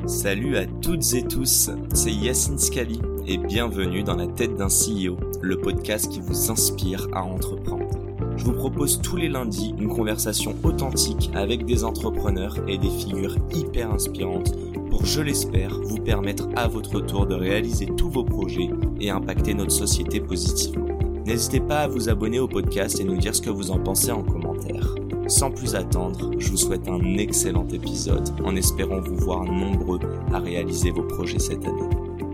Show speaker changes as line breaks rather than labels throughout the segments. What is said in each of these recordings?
Salut à toutes et tous, c'est Yacine Scali et bienvenue dans la tête d'un CEO, le podcast qui vous inspire à entreprendre. Je vous propose tous les lundis une conversation authentique avec des entrepreneurs et des figures hyper inspirantes pour, je l'espère, vous permettre à votre tour de réaliser tous vos projets et impacter notre société positivement. N'hésitez pas à vous abonner au podcast et nous dire ce que vous en pensez en commentaire. Sans plus attendre, je vous souhaite un excellent épisode en espérant vous voir nombreux à réaliser vos projets cette année.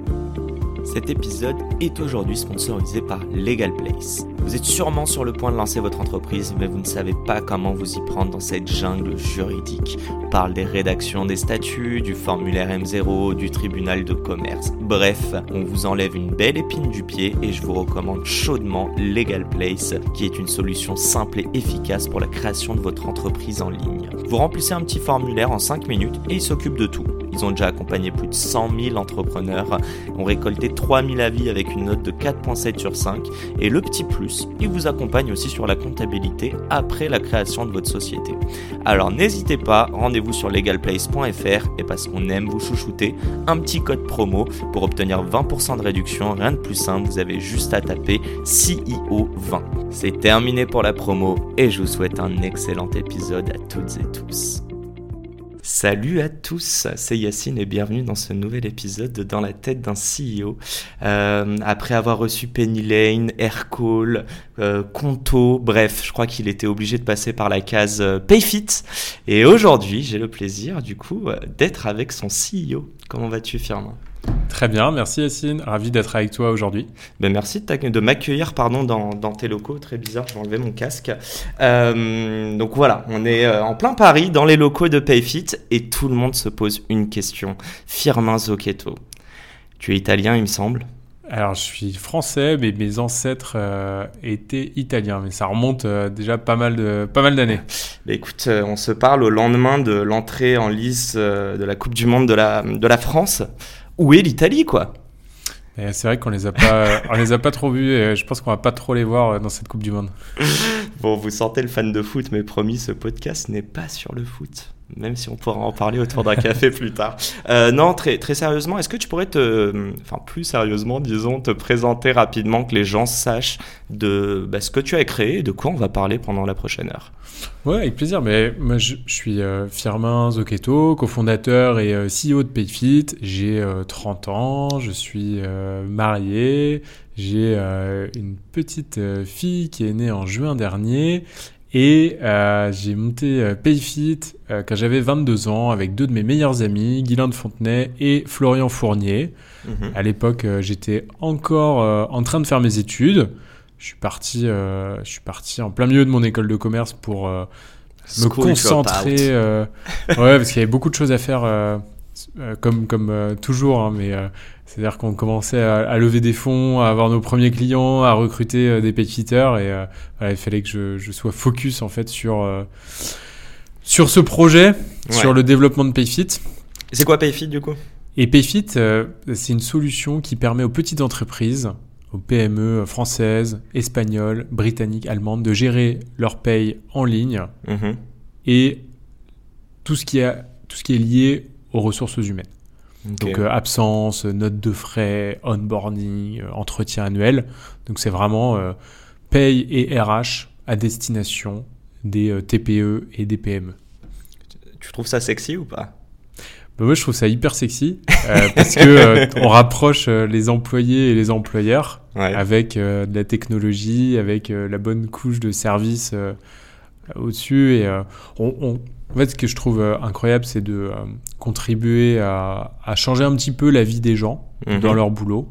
Cet épisode est aujourd'hui sponsorisé par Legal Place. Vous êtes sûrement sur le point de lancer votre entreprise, mais vous ne savez pas comment vous y prendre dans cette jungle juridique. On parle des rédactions des statuts, du formulaire M0, du tribunal de commerce. Bref, on vous enlève une belle épine du pied et je vous recommande chaudement Legal Place, qui est une solution simple et efficace pour la création de votre entreprise en ligne. Vous remplissez un petit formulaire en 5 minutes et ils s'occupent de tout. Ils ont déjà accompagné plus de 100 000 entrepreneurs, ont récolté 3000 avis avec une note de 4.7 sur 5 et le petit plus, ils vous accompagnent aussi sur la comptabilité après la création de votre société. Alors n'hésitez pas, rendez-vous sur legalplace.fr et parce qu'on aime vous chouchouter, un petit code promo pour obtenir 20% de réduction, rien de plus simple, vous avez juste à taper CEO20. C'est terminé pour la promo et je vous souhaite un excellent épisode à toutes et tous. Salut à tous, c'est Yacine et bienvenue dans ce nouvel épisode de Dans la tête d'un CEO. Après avoir reçu Penny Lane, Aircall, Conto, bref, je crois qu'il était obligé de passer par la case Payfit. Et aujourd'hui, j'ai le plaisir du coup d'être avec son CEO. Comment vas-tu, Firmin ?
Très bien, merci Yacine, ravi d'être avec toi aujourd'hui.
Merci de m'accueillir dans tes locaux, très bizarre, je vais enlever mon casque. Donc voilà, on est en plein Paris dans les locaux de Payfit et tout le monde se pose une question. Firmin Zocchetto, tu es italien il me semble ?
Alors je suis français mais mes ancêtres étaient italiens, mais ça remonte déjà pas mal d'années.
Bah écoute, on se parle au lendemain de l'entrée en lice de la Coupe du Monde de la France. Où est l'Italie, quoi ?
Et c'est vrai qu'on les a pas trop vus et je pense qu'on va pas trop les voir dans cette Coupe du Monde.
Bon, vous sentez le fan de foot, mais promis, ce podcast n'est pas sur le foot. Même si on pourra en parler autour d'un café plus tard. Non, très, très sérieusement, est-ce que tu pourrais plus sérieusement, disons, te présenter rapidement, que les gens sachent de ce que tu as créé et de quoi on va parler pendant la prochaine heure ?
Ouais, avec plaisir. Mais moi, je suis Firmin Zocchetto, cofondateur et CEO de Payfit. J'ai 30 ans, je suis marié, j'ai une petite fille qui est née en juin dernier. Et j'ai monté Payfit quand j'avais 22 ans avec deux de mes meilleurs amis, Guylain de Fontenay et Florian Fournier. À l'époque, j'étais encore en train de faire mes études. Je suis parti en plein milieu de mon école de commerce pour me concentrer. Parce qu'il y avait beaucoup de choses à faire, comme toujours, hein, mais c'est-à-dire qu'on commençait à lever des fonds, à avoir nos premiers clients, à recruter des payfitters et il fallait que je sois focus en fait sur ce projet, sur le développement de Payfit.
C'est quoi Payfit du coup ?
Et Payfit, c'est une solution qui permet aux petites entreprises, aux PME françaises, espagnoles, britanniques, allemandes, de gérer leur paye en ligne et tout ce qui est lié aux ressources humaines. Okay. Donc absence, notes de frais, onboarding, entretien annuel. Donc c'est vraiment paye et RH à destination des TPE et des PME.
Tu trouves ça sexy ou pas ?
Moi, je trouve ça hyper sexy parce que on rapproche les employés et les employeurs avec de la technologie, avec la bonne couche de service au-dessus. Et en fait, ce que je trouve incroyable, c'est de contribuer à changer un petit peu la vie des gens dans leur boulot.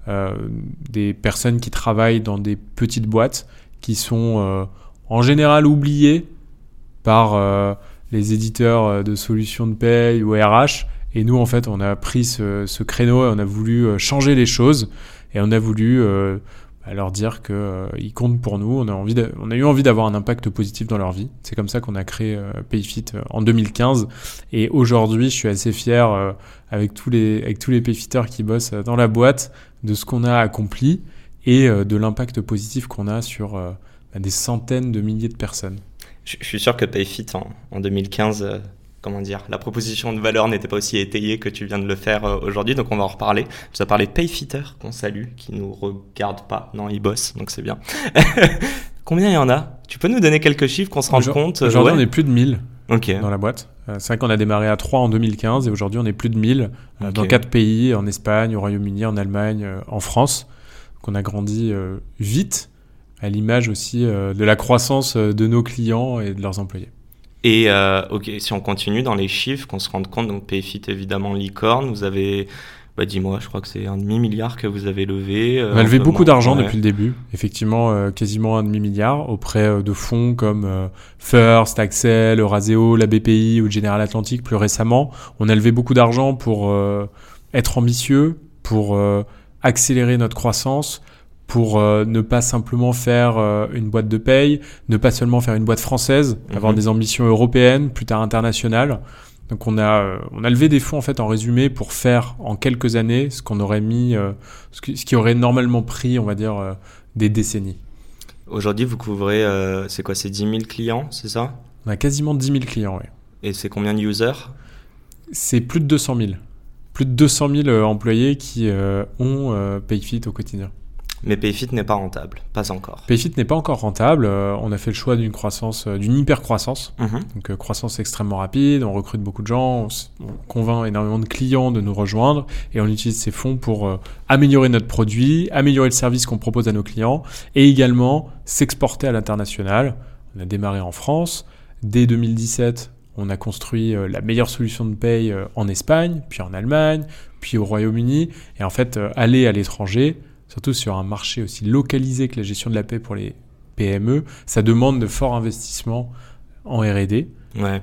Des personnes qui travaillent dans des petites boîtes qui sont en général oubliées par les éditeurs de solutions de paye ou RH. Et nous, en fait, on a pris ce créneau et on a voulu changer les choses. Et on a voulu leur dire qu'ils comptent pour nous. On a eu envie d'avoir un impact positif dans leur vie. C'est comme ça qu'on a créé Payfit en 2015. Et aujourd'hui, je suis assez fier avec tous les Payfitters qui bossent dans la boîte de ce qu'on a accompli et de l'impact positif qu'on a sur des centaines de milliers de personnes.
Je suis sûr que Payfit en 2015 la proposition de valeur n'était pas aussi étayée que tu viens de le faire aujourd'hui, donc on va en reparler. Tu as parlé de Payfitter, qu'on salue, qui nous regarde pas. Non, il bosse, donc c'est bien. Combien il y en a ? Tu peux nous donner quelques chiffres qu'on se rende compte ?
Aujourd'hui, on est plus de 1000
dans
la boîte. C'est vrai qu'on a démarré à 3 en 2015 et aujourd'hui, on est plus de 1000 dans 4 pays, en Espagne, au Royaume-Uni, en Allemagne, en France. Donc on a grandi vite, à l'image aussi de la croissance de nos clients et de leurs employés.
Et si on continue dans les chiffres, qu'on se rende compte, donc Payfit évidemment licorne, vous avez, dis-moi, je crois que c'est 1,5 milliard que vous avez levé.
On a levé beaucoup d'argent depuis le début, effectivement quasiment 1,5 milliard auprès de fonds comme First, Accel, Euraseo, la BPI ou General Atlantic plus récemment. On a levé beaucoup d'argent pour être ambitieux, pour accélérer notre croissance, pour ne pas simplement faire une boîte de paye, ne pas seulement faire une boîte française, avoir des ambitions européennes, plus tard internationales. Donc on a levé des fonds en fait en résumé pour faire en quelques années ce qu'on aurait mis, ce qui aurait normalement pris, on va dire, des décennies.
Aujourd'hui, vous couvrez, c'est 10 000 clients, c'est ça ?
On a quasiment 10 000 clients, oui.
Et c'est combien de users ?
C'est plus de 200 000. Plus de 200 000 employés qui ont Payfit au quotidien.
Mais Payfit n'est pas rentable, pas encore.
Payfit n'est pas encore rentable. On a fait le choix d'une croissance, d'une hyper-croissance. Donc croissance extrêmement rapide, on recrute beaucoup de gens, on convainc énormément de clients de nous rejoindre et on utilise ces fonds pour améliorer notre produit, améliorer le service qu'on propose à nos clients et également s'exporter à l'international. On a démarré en France. Dès 2017, on a construit la meilleure solution de paye en Espagne, puis en Allemagne, puis au Royaume-Uni. Et en fait, aller à l'étranger, surtout sur un marché aussi localisé que la gestion de la paie pour les PME, ça demande de forts investissements en R&D.
Ouais.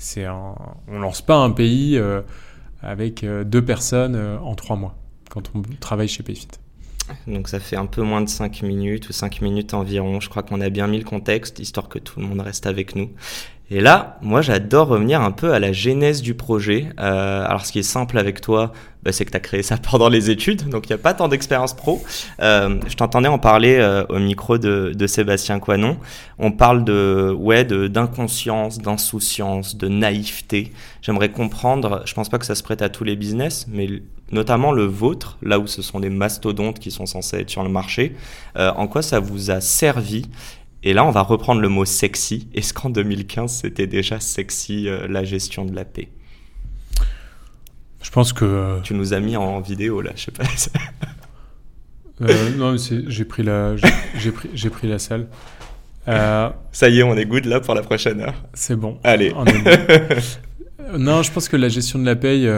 On lance pas un pays avec 2 personnes en 3 mois quand on travaille chez Payfit.
Donc ça fait un peu moins de 5 minutes ou 5 minutes environ. Je crois qu'on a bien mis le contexte, histoire que tout le monde reste avec nous. Et là, moi, j'adore revenir un peu à la genèse du projet. Alors, ce qui est simple avec toi, c'est que tu as créé ça pendant les études, donc il n'y a pas tant d'expérience pro. Je t'entendais en parler au micro de Sébastien Coinon. On parle d'inconscience, d'insouciance, de naïveté. J'aimerais comprendre, je pense pas que ça se prête à tous les business, mais notamment le vôtre, là où ce sont des mastodontes qui sont censés être sur le marché. En quoi ça vous a servi ? Et là, on va reprendre le mot sexy. Est-ce qu'en 2015, c'était déjà sexy la gestion de la paie ?
Je pense que...
Tu nous as mis en vidéo, là, je sais pas.
Non, j'ai pris la salle.
Ça y est, on est good là pour la prochaine heure.
C'est bon.
Allez.
Non, je pense que la gestion de la paye...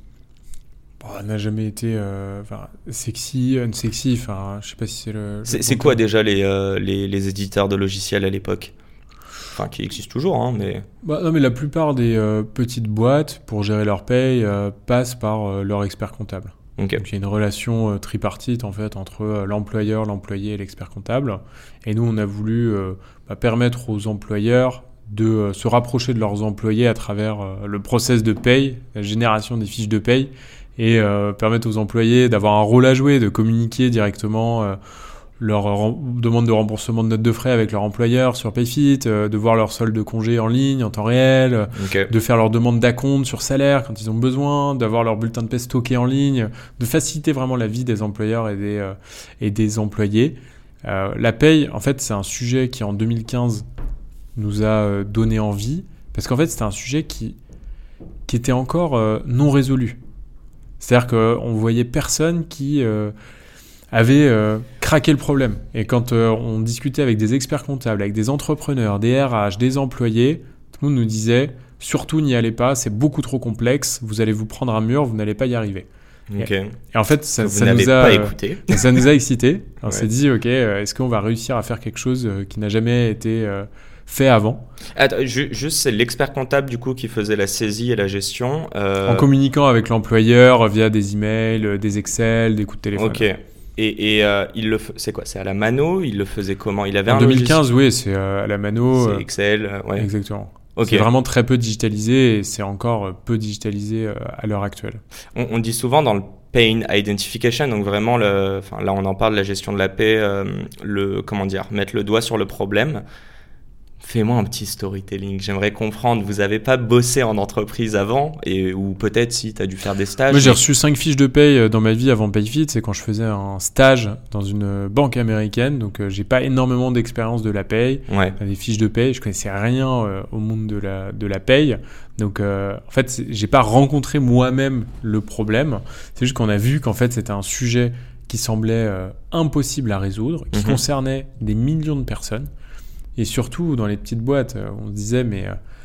n'a jamais été sexy, unsexy. Enfin, je sais pas si c'est le.
C'est quoi déjà les éditeurs de logiciels à l'époque ? Enfin, qui existent toujours, hein, mais.
Non, mais la plupart des petites boîtes pour gérer leur paye passent par leur expert comptable.
Okay.
Donc il y a une relation tripartite en fait entre l'employeur, l'employé et l'expert comptable. Et nous, on a voulu permettre aux employeurs de se rapprocher de leurs employés à travers le process de paye, la génération des fiches de paye. Et permettre aux employés d'avoir un rôle à jouer, de communiquer directement leur demande de remboursement de notes de frais avec leur employeur sur Payfit, de voir leur solde de congé en ligne en temps réel, de faire leur demande d'acompte sur salaire quand ils ont besoin, d'avoir leur bulletin de paie stocké en ligne, de faciliter vraiment la vie des employeurs et des employés. La paye, en fait, c'est un sujet qui en 2015 nous a donné envie, parce qu'en fait, c'était un sujet qui était encore non résolu. C'est-à-dire qu'on voyait personne qui avait craqué le problème. Et quand on discutait avec des experts comptables, avec des entrepreneurs, des RH, des employés, tout le monde nous disait « Surtout n'y allez pas, c'est beaucoup trop complexe, vous allez vous prendre un mur, vous n'allez pas y arriver. »
Okay.
Et en fait, ça nous a excités. On s'est dit « Ok, est-ce qu'on va réussir à faire quelque chose qui n'a jamais été... fait avant.
Attends, juste, c'est l'expert comptable du coup qui faisait la saisie et la gestion.
En communiquant avec l'employeur via des emails, des Excel, des coups de téléphone.
Ok. Et c'est quoi ? C'est à la mano ? Il le faisait comment ? Il avait
en 2015, oui, c'est à la mano.
C'est Excel, ouais.
Exactement.
Okay.
C'est vraiment très peu digitalisé et c'est encore peu digitalisé à l'heure actuelle.
On dit souvent dans le pain identification, donc vraiment là on en parle de la gestion de la paie, mettre le doigt sur le problème. Fais-moi un petit storytelling, j'aimerais comprendre. Vous n'avez pas bossé en entreprise avant ou peut-être si tu as dû faire des stages.
Moi, j'ai reçu 5 fiches de paye dans ma vie avant PayFit. C'est quand je faisais un stage dans une banque américaine. Donc, j'ai pas énormément d'expérience de la paye.
Ouais.
Des fiches de paye, je connaissais rien au monde de la paye. Donc, en fait, j'ai pas rencontré moi-même le problème. C'est juste qu'on a vu qu'en fait, c'était un sujet qui semblait impossible à résoudre, qui concernait des millions de personnes. Et surtout, dans les petites boîtes, on se disait, mais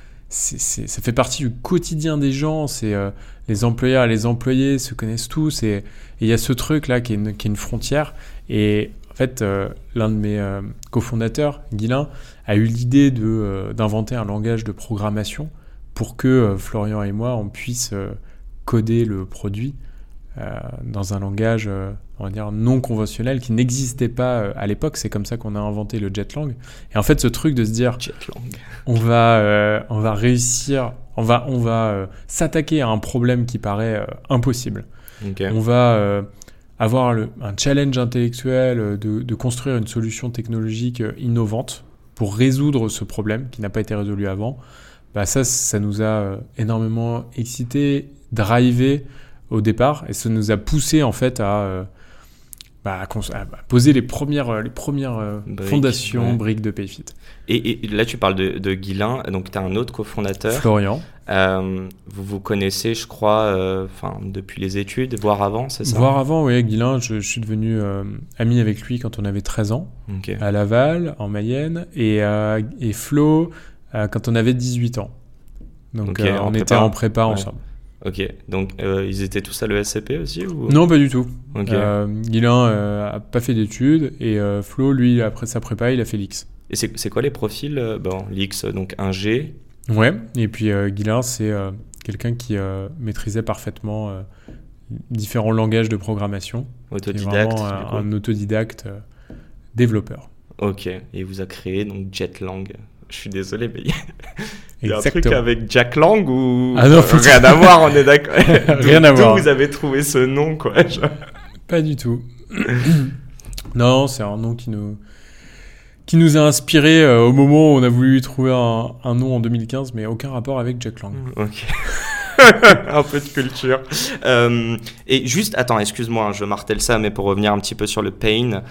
ça fait partie du quotidien des gens. Les employeurs et les employés se connaissent tous. Et il y a ce truc-là qui est une frontière. Et en fait, l'un de mes cofondateurs, Guilain, a eu l'idée d'inventer un langage de programmation pour que Florian et moi, on puisse coder le produit dans un langage on va dire non conventionnel qui n'existait pas à l'époque. C'est comme ça qu'on a inventé le Jetlang. Et en fait, ce truc de se dire on va réussir, on va s'attaquer à un problème qui paraît impossible.
Okay.
On va avoir un challenge intellectuel de construire une solution technologique innovante pour résoudre ce problème qui n'a pas été résolu avant. Bah ça nous a énormément excité, drivé au départ, et ça nous a poussé en fait à poser les premières fondations, briques de PayFit.
Et là, tu parles de Guilain, donc tu as un autre cofondateur.
Florian.
Vous vous connaissez, je crois, depuis les études, voire avant, c'est ça ?
Voire avant, oui. Guilain, je suis devenu ami avec lui quand on avait 13 ans,
okay.
À Laval, en Mayenne, et Flo quand on avait 18 ans. Donc okay, on était en prépa ensemble.
Ok, donc ils étaient tous à l'ESCP aussi ou...
Non, pas du tout.
Okay.
Guilain a pas fait d'études et Flo, lui, après sa prépa, il a fait l'X.
Et c'est quoi les profils l'X, donc ingé.
Ouais, et puis Guilain, c'est quelqu'un qui maîtrisait parfaitement différents langages de programmation.
Autodidacte,
un autodidacte développeur.
Ok, et il vous a créé donc Jetlang. Je suis désolé, mais il y a un truc avec Jack Lang ou rien à voir, on est d'accord.
Rien à voir.
D'où vous avez trouvé ce nom, quoi.
Pas du tout. Non, c'est un nom qui nous a inspiré au moment où on a voulu trouver un nom en 2015, mais aucun rapport avec Jack Lang.
Ok. Un peu de culture. Et juste, attends, excuse-moi, je martèle ça, mais pour revenir un petit peu sur le pain.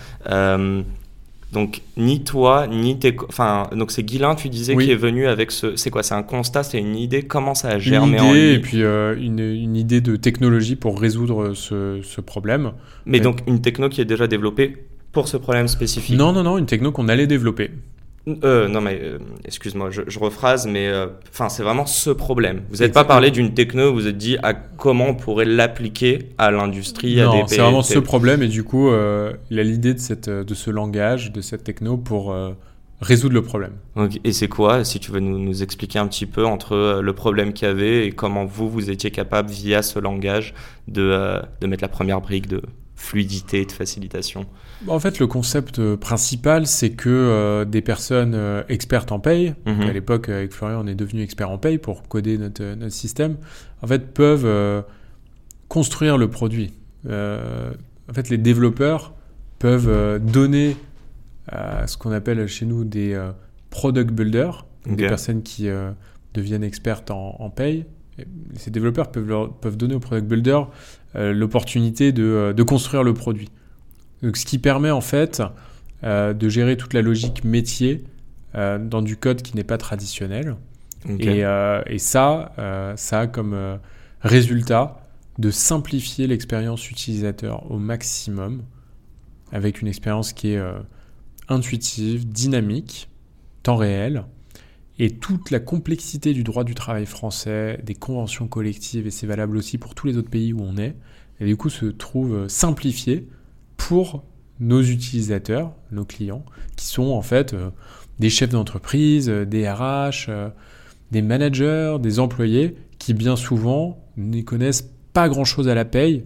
Donc, ni toi, ni tes... Enfin, donc c'est Guilain, tu disais, qui est venu avec ce... C'est quoi ? C'est un constat, c'est une idée ? Comment ça a germé en lui ?
Et puis une idée de technologie pour résoudre ce problème.
Mais donc, une techno qui est déjà développée pour ce problème spécifique ?
Non, une techno qu'on allait développer.
Non, mais excuse-moi, je rephrase, mais c'est vraiment ce problème. Vous n'êtes pas parlé d'une techno, vous vous êtes dit à comment on pourrait l'appliquer à l'industrie, à des pays.
Non, c'est vraiment ce problème, et du coup, il a l'idée de ce langage, de cette techno pour résoudre le problème.
Okay. Et c'est quoi, si tu veux nous expliquer un petit peu entre le problème qu'il y avait et comment vous étiez capable, via ce langage, de mettre la première brique de fluidité, de facilitation.
En fait, le concept principal, c'est que des personnes expertes en paye, à l'époque, avec Florian, on est devenu expert en paye pour coder notre système, en fait, peuvent construire le produit. En fait, les développeurs peuvent donner ce qu'on appelle chez nous des product builders, des personnes qui deviennent expertes en paye. Et ces développeurs peuvent donner aux product builders l'opportunité de construire le produit. Donc, ce qui permet en fait de gérer toute la logique métier dans du code qui n'est pas traditionnel. Okay. Et ça a comme résultat de simplifier l'expérience utilisateur au maximum avec une expérience qui est intuitive, dynamique, temps réel. Et toute la complexité du droit du travail français, des conventions collectives, et c'est valable aussi pour tous les autres pays où on est, et du coup se trouve simplifiée pour nos utilisateurs, nos clients, qui sont en fait des chefs d'entreprise, des RH, des managers, des employés, qui bien souvent n'y connaissent pas grand-chose à la paye,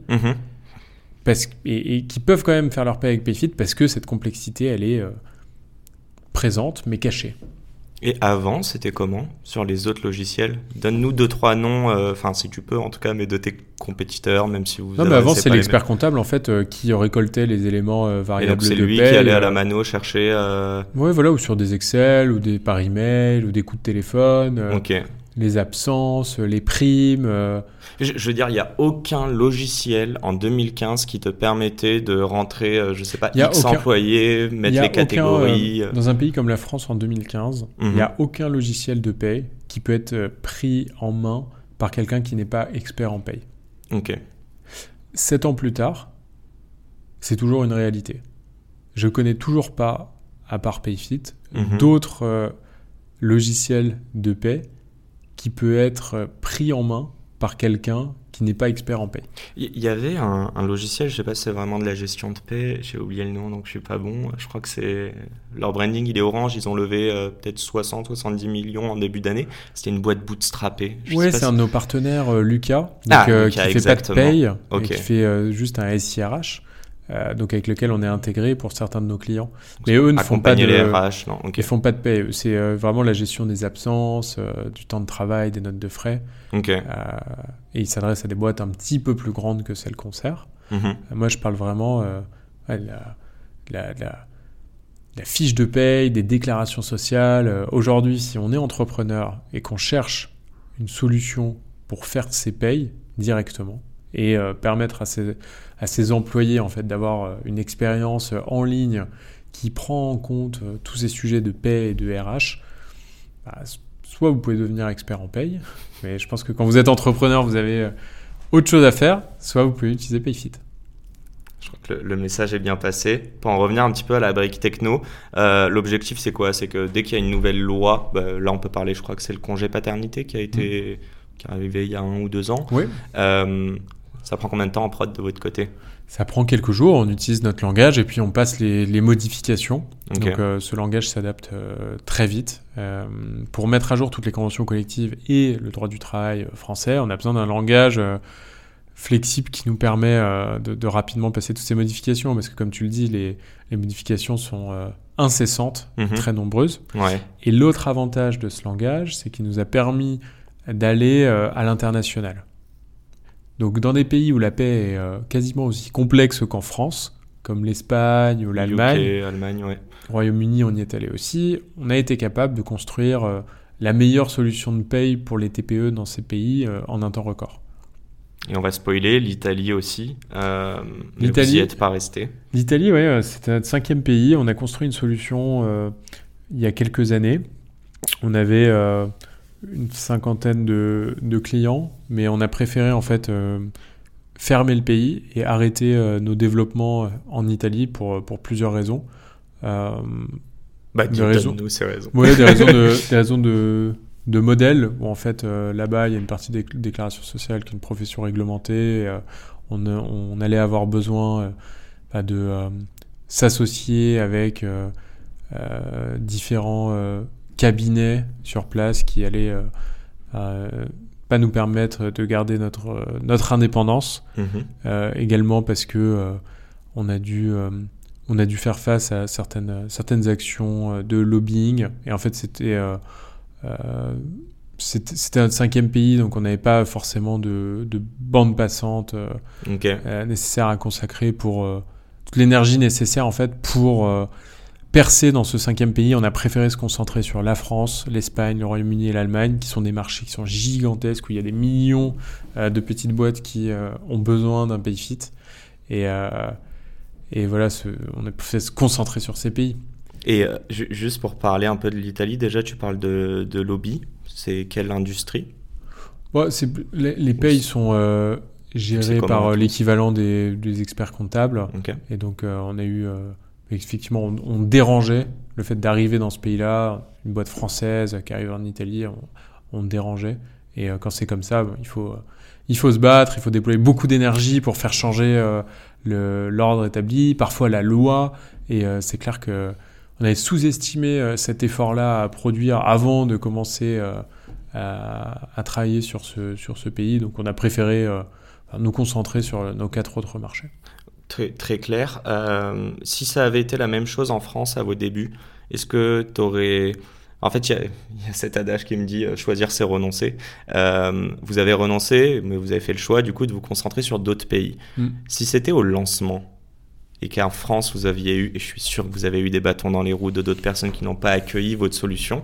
et qui peuvent quand même faire leur paye avec PayFit parce que cette complexité, elle est présente, mais cachée.
Et avant, c'était comment sur les autres logiciels? Donne-nous 2-3 noms, si tu peux en tout cas, mais de tes compétiteurs, même si vous...
Non, mais avant, c'est l'expert comptable en fait qui récoltait les éléments variables de paie.
Et donc c'est lui qui allait à la mano chercher...
Ouais, voilà, ou sur des Excel, ou par email, ou des coups de téléphone, les absences, les primes...
Je veux dire, il n'y a aucun logiciel en 2015 qui te permettait de rentrer, X employés, mettre les catégories...
dans un pays comme la France en 2015, il n'y a aucun logiciel de paye qui peut être pris en main par quelqu'un qui n'est pas expert en paye.
Ok.
7 ans plus tard, c'est toujours une réalité. Je connais toujours pas, à part Payfit, d'autres logiciels de paie qui peut être pris en main par quelqu'un qui n'est pas expert en paie.
Il y avait un logiciel, je ne sais pas si c'est vraiment de la gestion de paie, j'ai oublié le nom donc je ne suis pas bon, je crois que c'est leur branding, il est orange, ils ont levé peut-être 60-70 millions en début d'année, c'était une boîte bootstrappée.
Oui, c'est un de nos partenaires, Lucas, donc, qui ne fait pas de paye, qui fait juste un SIRH. Donc avec lequel on est intégré pour certains de nos clients. Mais eux ne font pas de
RH, non.
Ils font pas de paie. C'est vraiment la gestion des absences, du temps de travail, des notes de frais. Et ils s'adressent à des boîtes un petit peu plus grandes que celles qu'on sert. Moi, je parle vraiment de la fiche de paye, des déclarations sociales. Aujourd'hui, si on est entrepreneur et qu'on cherche une solution pour faire ses payes directement, et permettre à ses employés en fait, d'avoir une expérience en ligne qui prend en compte tous ces sujets de paie et de RH, soit vous pouvez devenir expert en paye, mais je pense que quand vous êtes entrepreneur, vous avez autre chose à faire, soit vous pouvez utiliser Payfit.
Je crois que le message est bien passé. Pour en revenir un petit peu à la brique techno, l'objectif c'est quoi? C'est que dès qu'il y a une nouvelle loi, là on peut parler, je crois que c'est le congé paternité qui est arrivé il y a 1 ou 2 ans.
Oui.
Ça prend combien de temps en prod de votre côté?
Ça prend quelques jours, on utilise notre langage et puis on passe les modifications. Donc ce langage s'adapte très vite. Pour mettre à jour toutes les conventions collectives et le droit du travail français, on a besoin d'un langage flexible qui nous permet de rapidement passer toutes ces modifications. Parce que comme tu le dis, les modifications sont incessantes, très nombreuses.
Ouais.
Et l'autre avantage de ce langage, c'est qu'il nous a permis d'aller à l'international. Donc dans des pays où la paie est quasiment aussi complexe qu'en France, comme l'Espagne ou l'Allemagne, au Royaume-Uni on y est allé aussi, on a été capable de construire la meilleure solution de paie pour les TPE dans ces pays en un temps record.
Et on va spoiler, l'Italie aussi, mais vous n'y êtes pas resté.
L'Italie, oui, c'était notre 5e pays, on a construit une solution il y a quelques années. On avait... une cinquantaine de clients, mais on a préféré en fait fermer le pays et arrêter nos développements en Italie pour plusieurs raisons.
Donne-nous ces raisons.
Oui, des raisons de modèle, où en fait là-bas il y a une partie des déclarations sociales qui est une profession réglementée. On allait avoir besoin de s'associer avec différents cabinets sur place qui allaient pas nous permettre de garder notre indépendance. Également parce que on a dû faire face à certaines actions de lobbying et en fait c'était un 5e pays, donc on n'avait pas forcément de bande passante nécessaire à consacrer pour toute l'énergie nécessaire en fait pour percer dans ce 5e pays. On a préféré se concentrer sur la France, l'Espagne, le Royaume-Uni et l'Allemagne, qui sont des marchés qui sont gigantesques, où il y a des millions de petites boîtes qui ont besoin d'un Payfit. Et voilà, on a préféré se concentrer sur ces pays.
Et juste pour parler un peu de l'Italie, déjà tu parles de lobby, c'est quelle industrie?
Les payes sont gérées par l'équivalent des experts comptables. Et donc on a eu... effectivement, on dérangeait le fait d'arriver dans ce pays-là, une boîte française qui arrive en Italie, on dérangeait. Et quand c'est comme ça, il faut se battre, il faut déployer beaucoup d'énergie pour faire changer l'ordre établi, parfois la loi. Et c'est clair qu'on avait sous-estimé cet effort-là à produire avant de commencer à travailler sur ce pays. Donc on a préféré nous concentrer sur nos 4 autres marchés.
Très, très clair. Si ça avait été la même chose en France à vos débuts, est-ce que tu aurais En fait, il y a cet adage qui me dit choisir, c'est renoncer. Vous avez renoncé, mais vous avez fait le choix du coup de vous concentrer sur d'autres pays. Si c'était au lancement et qu'en France vous aviez eu, et je suis sûr que vous avez eu des bâtons dans les roues de d'autres personnes qui n'ont pas accueilli votre solution,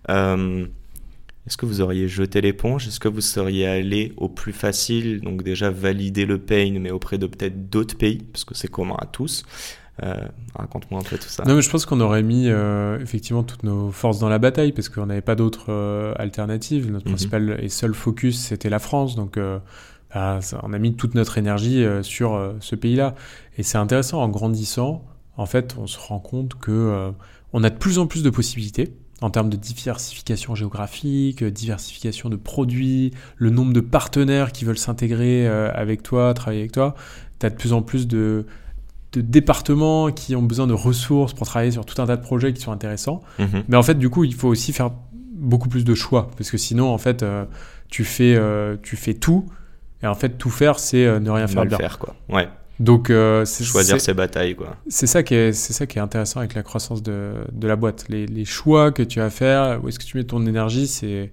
est-ce que vous auriez jeté l'éponge? Est-ce que vous seriez allé au plus facile, donc déjà valider le pain, mais auprès de peut-être d'autres pays, parce que c'est commun à tous? Raconte-moi un peu tout ça.
Non, mais je pense qu'on aurait mis effectivement toutes nos forces dans la bataille parce qu'on n'avait pas d'autres alternatives. Notre principal et seul focus, c'était la France. Donc, on a mis toute notre énergie sur ce pays-là. Et c'est intéressant, en grandissant, en fait, on se rend compte que on a de plus en plus de possibilités en termes de diversification géographique, diversification de produits, le nombre de partenaires qui veulent s'intégrer avec toi, travailler avec toi. Tu as de plus en plus de départements qui ont besoin de ressources pour travailler sur tout un tas de projets qui sont intéressants. Mais en fait, du coup, il faut aussi faire beaucoup plus de choix parce que sinon, en fait, tu fais tout et en fait, tout faire, c'est ne rien faire bien.
Faire, quoi. Ouais.
Donc,
choisir ses batailles, quoi.
C'est ça qui est intéressant avec la croissance de la boîte. Les choix que tu vas faire, où est-ce que tu mets ton énergie,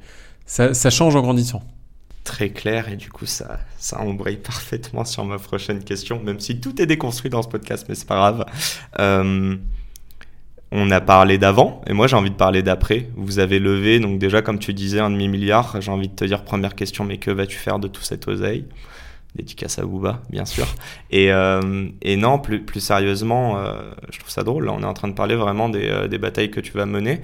ça change en grandissant.
Très clair, et du coup ça embraye parfaitement sur ma prochaine question, même si tout est déconstruit dans ce podcast, mais c'est pas grave. On a parlé d'avant, et moi j'ai envie de parler d'après. Vous avez levé, donc déjà comme tu disais, 1,5 milliard. J'ai envie de te dire, première question, mais que vas-tu faire de tout cet oseille? Dédicace à Booba, bien sûr. Et non, plus sérieusement, je trouve ça drôle. Là, on est en train de parler vraiment des batailles que tu vas mener.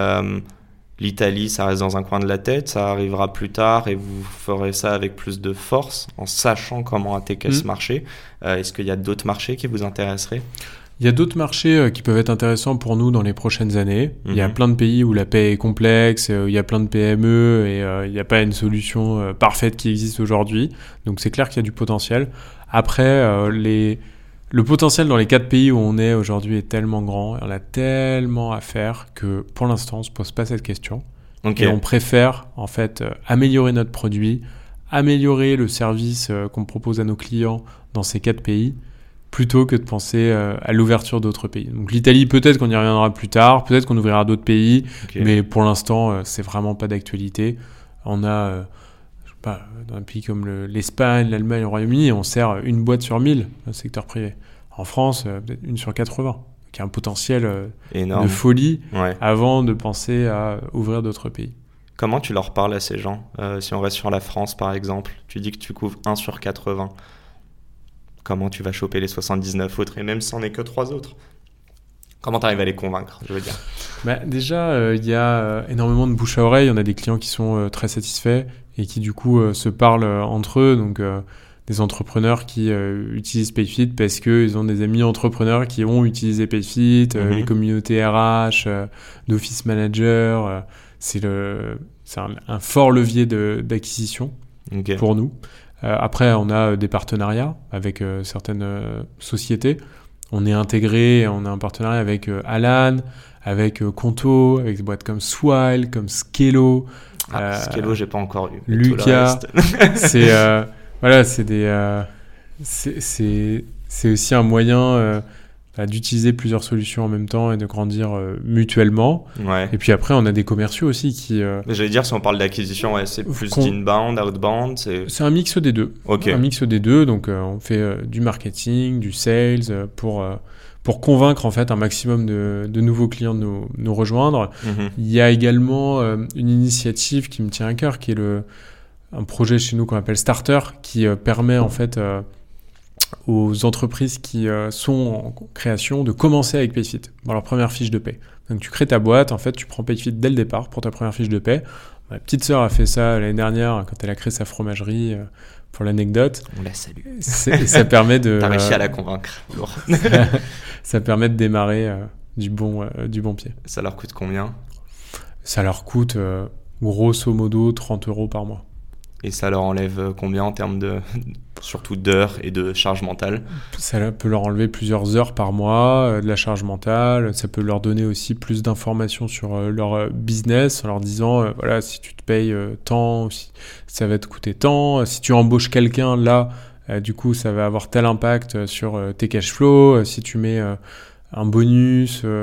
L'Italie, ça reste dans un coin de la tête, ça arrivera plus tard et vous ferez ça avec plus de force, en sachant comment attaquer ce marché. Est-ce qu'il y a d'autres marchés qui vous intéresseraient?
Il y a d'autres marchés qui peuvent être intéressants pour nous dans les prochaines années. Il y a plein de pays où la paie est complexe, il y a plein de PME et il n'y a pas une solution parfaite qui existe aujourd'hui. Donc c'est clair qu'il y a du potentiel. Après, le potentiel dans les 4 pays où on est aujourd'hui est tellement grand, on a tellement à faire que pour l'instant on ne se pose pas cette question. Okay. Et on préfère en fait améliorer notre produit, améliorer le service qu'on propose à nos clients dans ces 4 pays, plutôt que de penser à l'ouverture d'autres pays. Donc l'Italie, peut-être qu'on y reviendra plus tard, peut-être qu'on ouvrira d'autres pays, mais pour l'instant c'est vraiment pas d'actualité. On a dans un pays comme l'Espagne, l'Allemagne, le Royaume-Uni, on sert une boîte sur 1000 dans le secteur privé. En France, peut-être une sur 80, qui a un potentiel de folie avant de penser à ouvrir d'autres pays.
Comment tu leur parles à ces gens? Si on reste sur la France, par exemple, tu dis que tu couvres 1 sur 80. Comment tu vas choper les 79 autres? Et même si c'en est que 3 autres. Comment tu arrives à les convaincre, je veux dire?
Déjà, il y a énormément de bouche à oreille. On a des clients qui sont très satisfaits et qui, du coup, se parlent entre eux. Donc, des entrepreneurs qui utilisent PayFit parce qu'ils ont des amis entrepreneurs qui ont utilisé PayFit, les communautés RH, d'office manager. C'est un fort levier d'acquisition pour nous. Après, on a des partenariats avec certaines sociétés. On est intégré, on a un partenariat avec Alan, avec Conto, avec des boîtes comme Swile, comme Skello.
Skello, j'ai pas encore eu.
Lucas. C'est aussi un moyen d'utiliser plusieurs solutions en même temps et de grandir mutuellement. Ouais. Et puis après, on a des commerciaux aussi qui...
J'allais dire, si on parle d'acquisition, c'est plus d'inbound, outbound.
C'est un mix des deux. Un mix des deux. Donc, on fait du marketing, du sales pour convaincre en fait un maximum de nouveaux clients de nous rejoindre. Il y a également une initiative qui me tient à cœur, qui est un projet chez nous qu'on appelle Starter, qui permet en fait... aux entreprises qui sont en création de commencer avec PayFit dans leur première fiche de paie. Donc tu crées ta boîte, en fait tu prends PayFit dès le départ pour ta première fiche de paie. Ma petite sœur a fait ça l'année dernière quand elle a créé sa fromagerie, pour l'anecdote.
On la salue.
Ça permet de...
T'as réussi à la convaincre.
Ça permet de démarrer du bon pied.
Ça leur coûte combien? Ça
leur coûte grosso modo 30 € par mois.
Et ça leur enlève combien en termes surtout d'heures et de charge mentale?
Ça peut leur enlever plusieurs heures par mois, de la charge mentale. Ça peut leur donner aussi plus d'informations sur leur business en leur disant, voilà, si tu te payes tant, ça va te coûter tant. Si tu embauches quelqu'un, là, du coup, ça va avoir tel impact sur tes cash flows. Si tu mets un bonus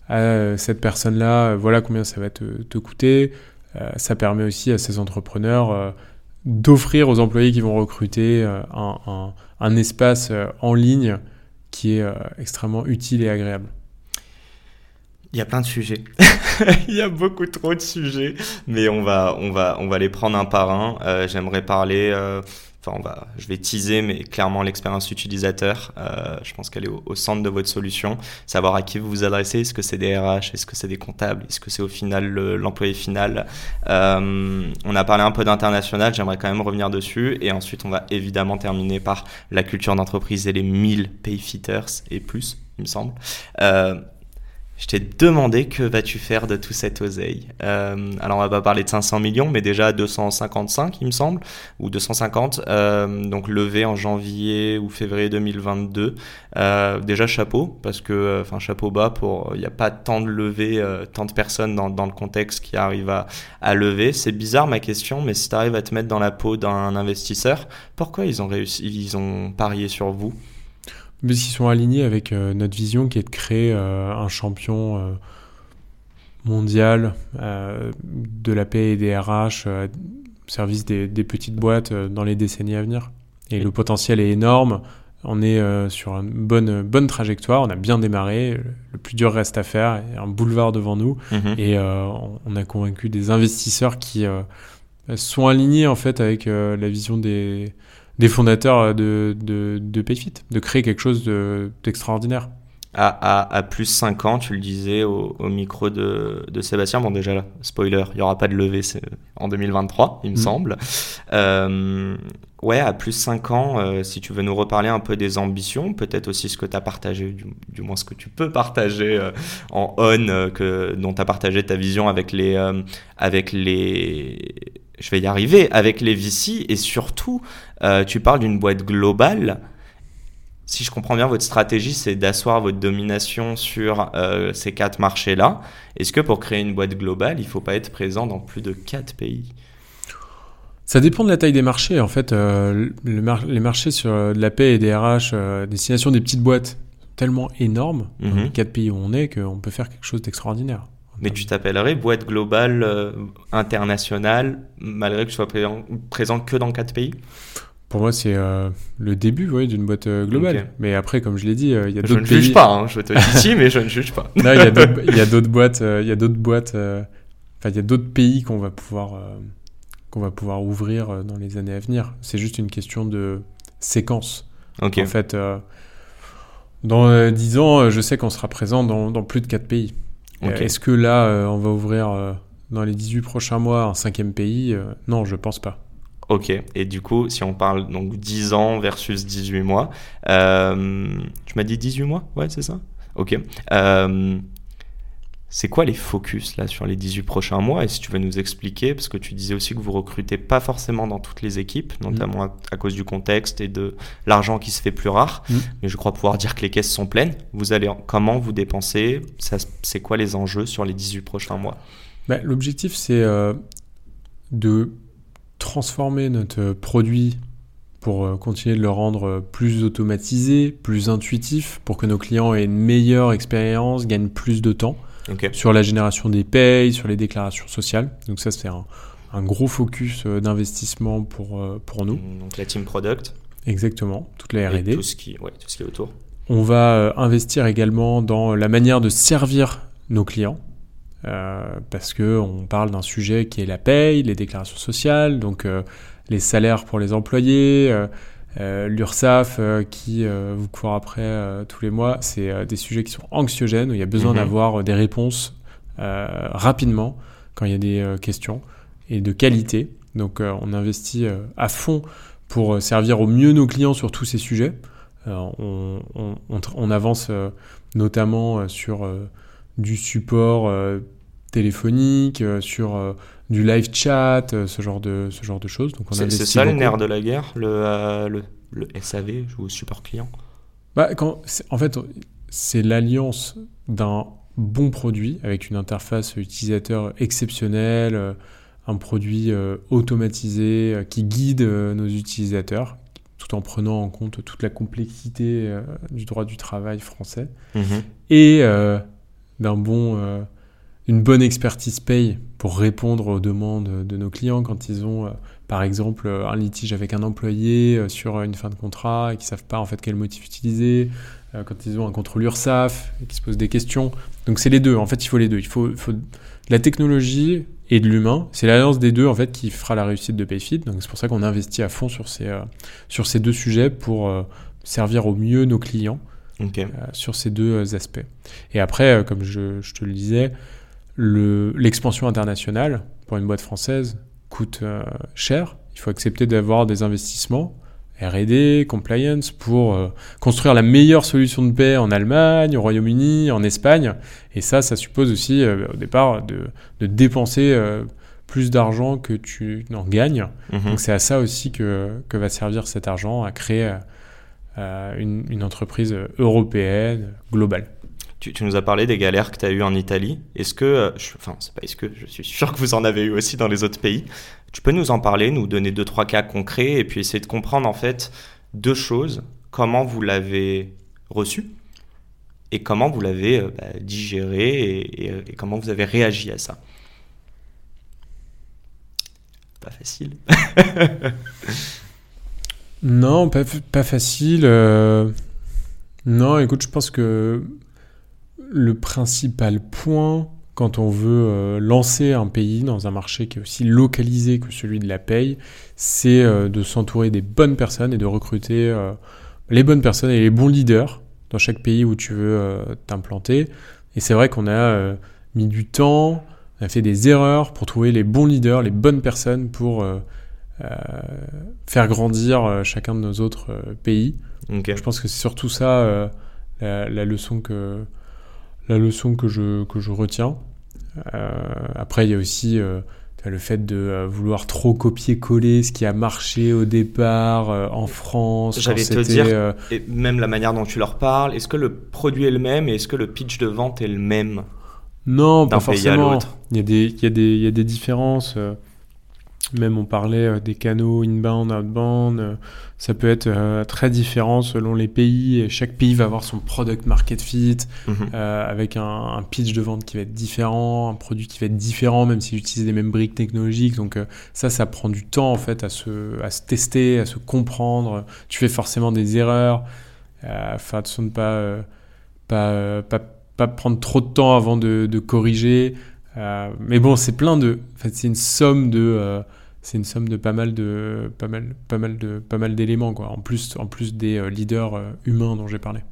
à cette personne-là, voilà combien ça va te coûter. Ça permet aussi à ces entrepreneurs d'offrir aux employés qui vont recruter un espace en ligne qui est extrêmement utile et agréable.
Il y a plein de sujets. Il y a beaucoup trop de sujets, mais on va les prendre un par un. J'aimerais parler... je vais teaser, mais clairement l'expérience utilisateur, je pense qu'elle est au centre de votre solution. Savoir à qui vous vous adressez, est-ce que c'est des RH, est-ce que c'est des comptables, est-ce que c'est au final l'employé final. On a parlé un peu d'international, j'aimerais quand même revenir dessus. Et ensuite, on va évidemment terminer par la culture d'entreprise et les 1000 payfitters et plus, il me semble. Je t'ai demandé que vas-tu faire de tout cette oseille. Alors on va pas parler de 500 millions, mais déjà 255 il me semble, ou 250, donc levé en janvier ou février 2022. Déjà chapeau, parce que, chapeau bas pour, il n'y a pas tant de levées, tant de personnes dans le contexte qui arrivent à lever. C'est bizarre ma question, mais si tu arrives à te mettre dans la peau d'un investisseur, pourquoi ils ont parié sur vous ?
Parce qu'ils sont alignés avec notre vision qui est de créer un champion mondial de la paie et des RH au service des petites boîtes dans les décennies à venir. Et le potentiel est énorme. On est sur une bonne trajectoire. On a bien démarré. Le plus dur reste à faire. Il y a un boulevard devant nous. Et on a convaincu des investisseurs qui sont alignés en fait avec la vision des fondateurs de Payfit, de créer quelque chose d'extraordinaire.
À plus 5 ans, tu le disais au micro de Sébastien, bon déjà là, spoiler, il n'y aura pas de levée en 2023, il me semble. À plus 5 ans, si tu veux nous reparler un peu des ambitions, peut-être aussi ce que tu as partagé, du moins ce que tu peux partager en on, dont tu as partagé ta vision avec les je vais y arriver, avec les VC, et surtout, tu parles d'une boîte globale. Si je comprends bien, votre stratégie, c'est d'asseoir votre domination sur ces 4 marchés-là. Est-ce que pour créer une boîte globale, il ne faut pas être présent dans plus de 4 pays ?
Ça dépend de la taille des marchés. En fait, les marchés sur de la paie et des RH, destination des petites boîtes, tellement énormes, dans les 4 pays où on est, qu'on peut faire quelque chose d'extraordinaire.
Mais tu t'appellerais boîte globale internationale, malgré que tu sois présent que dans 4 pays ?
Pour moi, c'est le début d'une boîte globale. Okay. Mais après, comme je l'ai dit, il y a d'autres pays...
Je ne juge pas, je te dis si, mais je ne juge pas.
Non, il y a d'autres boîtes, il y a d'autres pays qu'on va pouvoir ouvrir dans les années à venir. C'est juste une question de séquence.
Okay.
En fait, dans 10 ans, je sais qu'on sera présent dans plus de 4 pays. Okay. Est-ce que là, on va ouvrir dans les 18 prochains mois un 5e pays ? Non, je pense pas.
Ok, et du coup, si on parle donc 10 ans versus 18 mois, tu m'as dit 18 mois ? Ouais, c'est ça ? Ok. C'est quoi les focus là sur les 18 prochains mois ? Et si tu veux nous expliquer, parce que tu disais aussi que vous recrutez pas forcément dans toutes les équipes, notamment à cause du contexte et de l'argent qui se fait plus rare, mais je crois pouvoir dire que les caisses sont pleines. Comment vous dépensez ? C'est quoi les enjeux sur les 18 prochains mois ?
L'objectif, c'est de transformer notre produit pour continuer de le rendre plus automatisé, plus intuitif, pour que nos clients aient une meilleure expérience, gagnent plus de temps. Okay. Sur la génération des payes, sur les déclarations sociales. Donc ça, c'est un gros focus d'investissement pour nous.
Donc la team product.
Exactement, toute la R&D.
Et tout ce qui est autour.
On va investir également dans la manière de servir nos clients. Parce qu'on parle d'un sujet qui est la paye, les déclarations sociales, donc les salaires pour les employés, l'URSSAF qui vous court après tous les mois. C'est des sujets qui sont anxiogènes, où il y a besoin d'avoir des réponses rapidement quand il y a des questions et de qualité. Donc on investit à fond pour servir au mieux nos clients sur tous ces sujets. On avance notamment sur du support téléphonique, sur du live chat, ce genre de choses. Donc
c'est ça beaucoup. Le nerf de la guerre, le SAV ou support client.
En fait, c'est l'alliance d'un bon produit avec une interface utilisateur exceptionnelle, un produit automatisé qui guide nos utilisateurs, tout en prenant en compte toute la complexité du droit du travail français. Et une bonne expertise paye pour répondre aux demandes de nos clients quand ils ont, par exemple, un litige avec un employé sur une fin de contrat et qu'ils ne savent pas en fait quel motif utiliser, quand ils ont un contrôle URSSAF et qu'ils se posent des questions. Donc c'est les deux, en fait il faut les deux. Il faut de la technologie et de l'humain. C'est l'alliance des deux en fait qui fera la réussite de Payfit. Donc c'est pour ça qu'on investit à fond sur ces deux sujets pour servir au mieux nos clients sur ces deux aspects. Et après, comme je te le disais, l'expansion internationale pour une boîte française coûte cher. Il faut accepter d'avoir des investissements R&D, compliance pour construire la meilleure solution de paie en Allemagne, au Royaume-Uni, en Espagne. Et ça suppose aussi au départ de dépenser plus d'argent que tu n'en gagnes. Donc c'est à ça aussi que va servir cet argent, à créer une entreprise européenne, globale.
Tu nous as parlé des galères que tu as eues en Italie. Je suis sûr que vous en avez eu aussi dans les autres pays. Tu peux nous en parler, nous donner 2-3 cas concrets et puis essayer de comprendre en fait deux choses. Comment vous l'avez reçu et comment vous l'avez digéré et comment vous avez réagi à ça. Pas facile.
Non, pas facile. Non, écoute, je pense que le principal point quand on veut lancer un pays dans un marché qui est aussi localisé que celui de la paye, c'est de s'entourer des bonnes personnes et de recruter les bonnes personnes et les bons leaders dans chaque pays où tu veux t'implanter. Et c'est vrai qu'on a mis du temps, on a fait des erreurs pour trouver les bons leaders, les bonnes personnes pour faire grandir chacun de nos autres pays. Okay. Je pense que c'est surtout ça la leçon que je retiens. Après, il y a aussi le fait de vouloir trop copier-coller ce qui a marché au départ en France.
J'allais te dire, et même la manière dont tu leur parles, est-ce que le produit est le même et est-ce que le pitch de vente est le même?
Non, pas forcément. Il y a des différences. Même on parlait des canaux inbound, outbound, ça peut être très différent selon les pays. Et chaque pays va avoir son product market fit, avec un pitch de vente qui va être différent, un produit qui va être différent, même s'il utilise les mêmes briques technologiques. Donc ça prend du temps en fait à se tester, à se comprendre. Tu fais forcément des erreurs, attention de pas prendre trop de temps avant de corriger. Mais bon, c'est c'est une somme de pas mal d'éléments quoi. En plus des leaders humains dont j'ai parlé.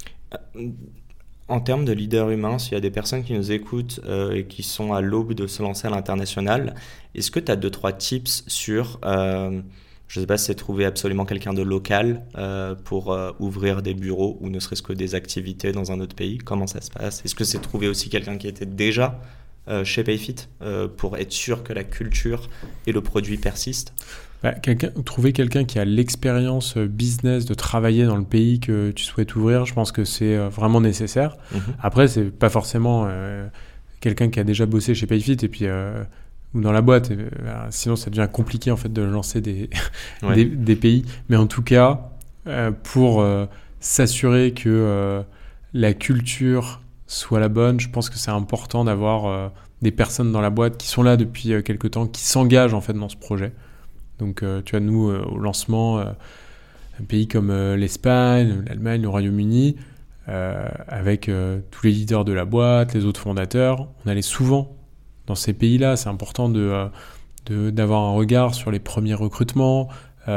En termes de leaders humains, s'il y a des personnes qui nous écoutent et qui sont à l'aube de se lancer à l'international, est-ce que tu as 2-3 tips sur je ne sais pas si c'est trouver absolument quelqu'un de local pour ouvrir des bureaux ou ne serait-ce que des activités dans un autre pays? Comment ça se passe? Est-ce que c'est trouver aussi quelqu'un qui était déjà chez Payfit pour être sûr que la culture et le produit persistent?
Trouver quelqu'un qui a l'expérience business de travailler dans le pays que tu souhaites ouvrir, je pense que c'est vraiment nécessaire. Après, c'est pas forcément quelqu'un qui a déjà bossé chez Payfit et puis ou dans la boîte, sinon ça devient compliqué en fait de lancer des pays. Mais en tout cas, pour s'assurer que la culture soit la bonne, je pense que c'est important d'avoir des personnes dans la boîte qui sont là depuis quelque temps, qui s'engagent en fait dans ce projet. Donc tu vois, nous au lancement, un pays comme l'Espagne, l'Allemagne, le Royaume-Uni, avec tous les leaders de la boîte, les autres fondateurs, on allait souvent dans ces pays-là. C'est important d'avoir un regard sur les premiers recrutements,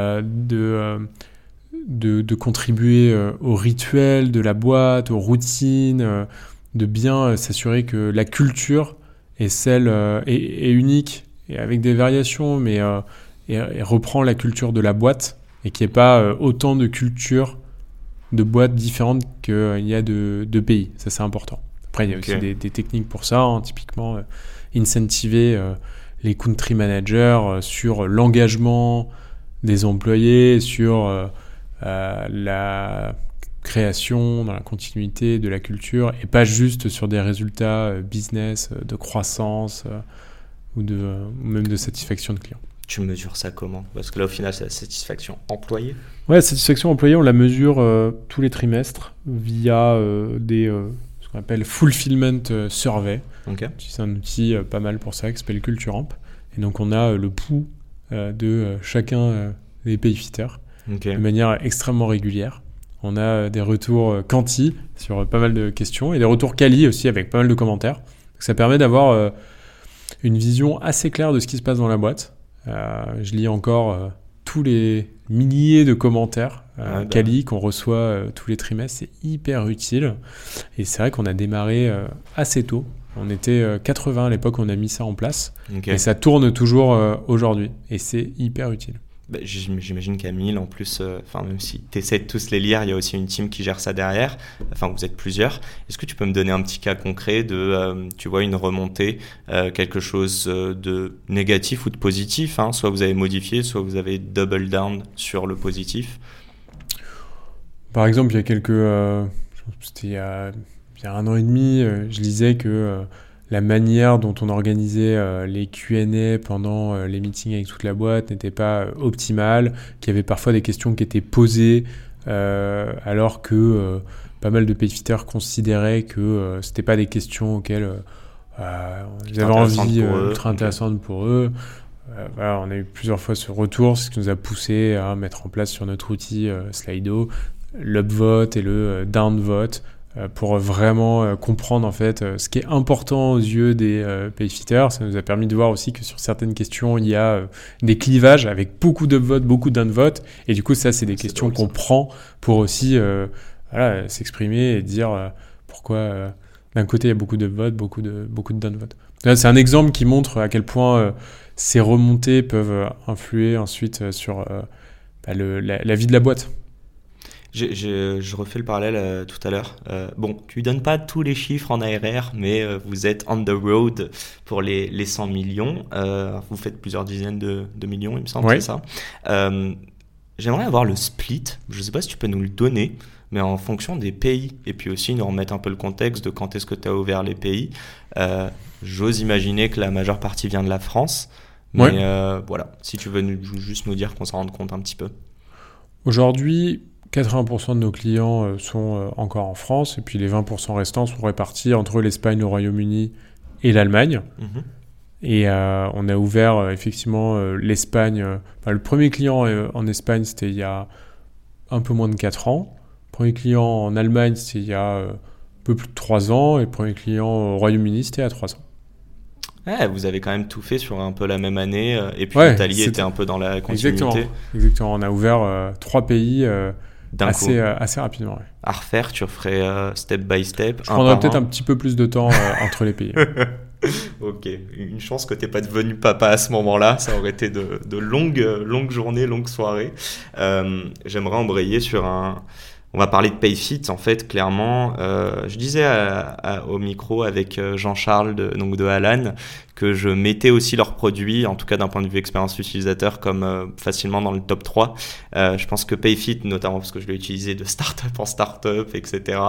de contribuer aux rituels de la boîte, aux routines, de bien s'assurer que la culture est celle est unique et avec des variations, mais et reprend la culture de la boîte et qu'il n'y ait pas autant de cultures de boîtes différentes qu'il y a de pays. Ça, c'est important. Après, il y a aussi des techniques pour ça, hein, typiquement incentiver les country managers sur l'engagement des employés, sur la création, dans la continuité de la culture, et pas juste sur des résultats business, de croissance ou même de satisfaction de clients.
Tu mesures ça comment? Parce que là, au final, c'est la satisfaction employée.
Ouais, la satisfaction employée, on la mesure tous les trimestres via ce qu'on qu'on appelle Fulfillment Survey.
Okay.
C'est un outil pas mal pour ça qui s'appelle Culturamp. Et donc on a le pouls de chacun des payfitters de manière extrêmement régulière. On a des retours quanti sur pas mal de questions et des retours quali aussi avec pas mal de commentaires. Donc ça permet d'avoir une vision assez claire de ce qui se passe dans la boîte. Je lis encore tous les milliers de commentaires quali qu'on reçoit tous les trimestres. C'est hyper utile. Et c'est vrai qu'on a démarré assez tôt. On était 80 à l'époque où on a mis ça en place. Et ça tourne toujours aujourd'hui. Et c'est hyper utile.
Bah, j'imagine qu'à 1000 en plus, même si tu essaies de tous les lire, il y a aussi une team qui gère ça derrière. Enfin, vous êtes plusieurs. Est-ce que tu peux me donner un petit cas concret de, tu vois, une remontée, quelque chose de négatif ou de positif, hein, soit vous avez modifié, soit vous avez double down sur le positif.
Par exemple, il y a c'était il y a 1 an et demi, je lisais que la manière dont on organisait les Q&A pendant les meetings avec toute la boîte n'était pas optimale, qu'il y avait parfois des questions qui étaient posées alors que pas mal de payfitters considéraient que c'était pas des questions auxquelles ils avaient envie, ultra intéressantes pour eux. Voilà, on a eu plusieurs fois ce retour, ce qui nous a poussé à mettre en place sur notre outil Slido l'upvote et le downvote pour vraiment comprendre en fait ce qui est important aux yeux des payfitters. Ça nous a permis de voir aussi que sur certaines questions, il y a des clivages avec beaucoup d'upvotes, beaucoup de downvotes. Et du coup, ça, c'est des questions qu'on prend pour aussi s'exprimer et dire pourquoi d'un côté, il y a beaucoup d'upvotes, beaucoup de downvotes. Là, c'est un exemple qui montre à quel point ces remontées peuvent influer ensuite sur la vie de la boîte.
Je refais le parallèle tout à l'heure. Tu donnes pas tous les chiffres en ARR, mais vous êtes on the road pour les 100 millions. Vous faites plusieurs dizaines de millions, il me semble, c'est ça. J'aimerais avoir le split. Je sais pas si tu peux nous le donner, mais en fonction des pays. Et puis aussi nous remettre un peu le contexte de quand est-ce que tu as ouvert les pays. J'ose imaginer que la majeure partie vient de la France. Mais voilà, si tu veux juste nous dire qu'on s'en rende compte un petit peu.
Aujourd'hui, 80% de nos clients sont encore en France et puis les 20% restants sont répartis entre l'Espagne, le Royaume-Uni et l'Allemagne. Et on a ouvert effectivement l'Espagne. Le premier client en Espagne, c'était il y a un peu moins de 4 ans. Le premier client en Allemagne, c'était il y a un peu plus de 3 ans. Et le premier client au Royaume-Uni, c'était il y a 3 ans.
Vous avez quand même tout fait sur un peu la même année. Et puis l'Italie était un peu dans la continuité.
Exactement. On a ouvert 3 pays assez rapidement. Ouais.
À refaire, tu referais step by step.
Je prendrais peut-être un petit peu plus de temps entre les pays.
Ok, une chance que t'es pas devenu papa à ce moment-là, ça aurait été de longues journées, longues soirées. J'aimerais embrayer sur on va parler de PayFit en fait, clairement. Je disais au micro avec Jean-Charles de Alan que je mettais aussi leurs produits, en tout cas d'un point de vue expérience utilisateur, comme facilement dans le top 3. Je pense que PayFit, notamment parce que je l'ai utilisé de start-up en start-up, etc.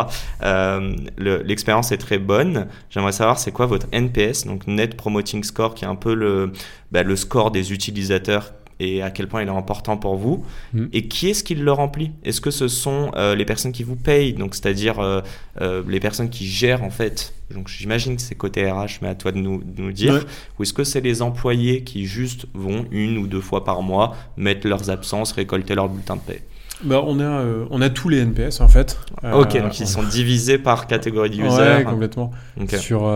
L'expérience est très bonne. J'aimerais savoir c'est quoi votre NPS, donc Net Promoting Score, qui est un peu le score des utilisateurs et à quel point il est important pour vous, et qui est-ce qui le remplit? Est-ce que ce sont les personnes qui vous payent, donc c'est-à-dire les personnes qui gèrent en fait, donc j'imagine que c'est côté RH, mais à toi de nous dire, ou est-ce que c'est les employés qui juste vont 1 ou 2 fois par mois mettre leurs absences, récolter leur bulletin de paie?
On a tous les NPS en fait.
Ok, donc ils sont divisés par catégorie de user.
Ouais, complètement.
Okay.
Sur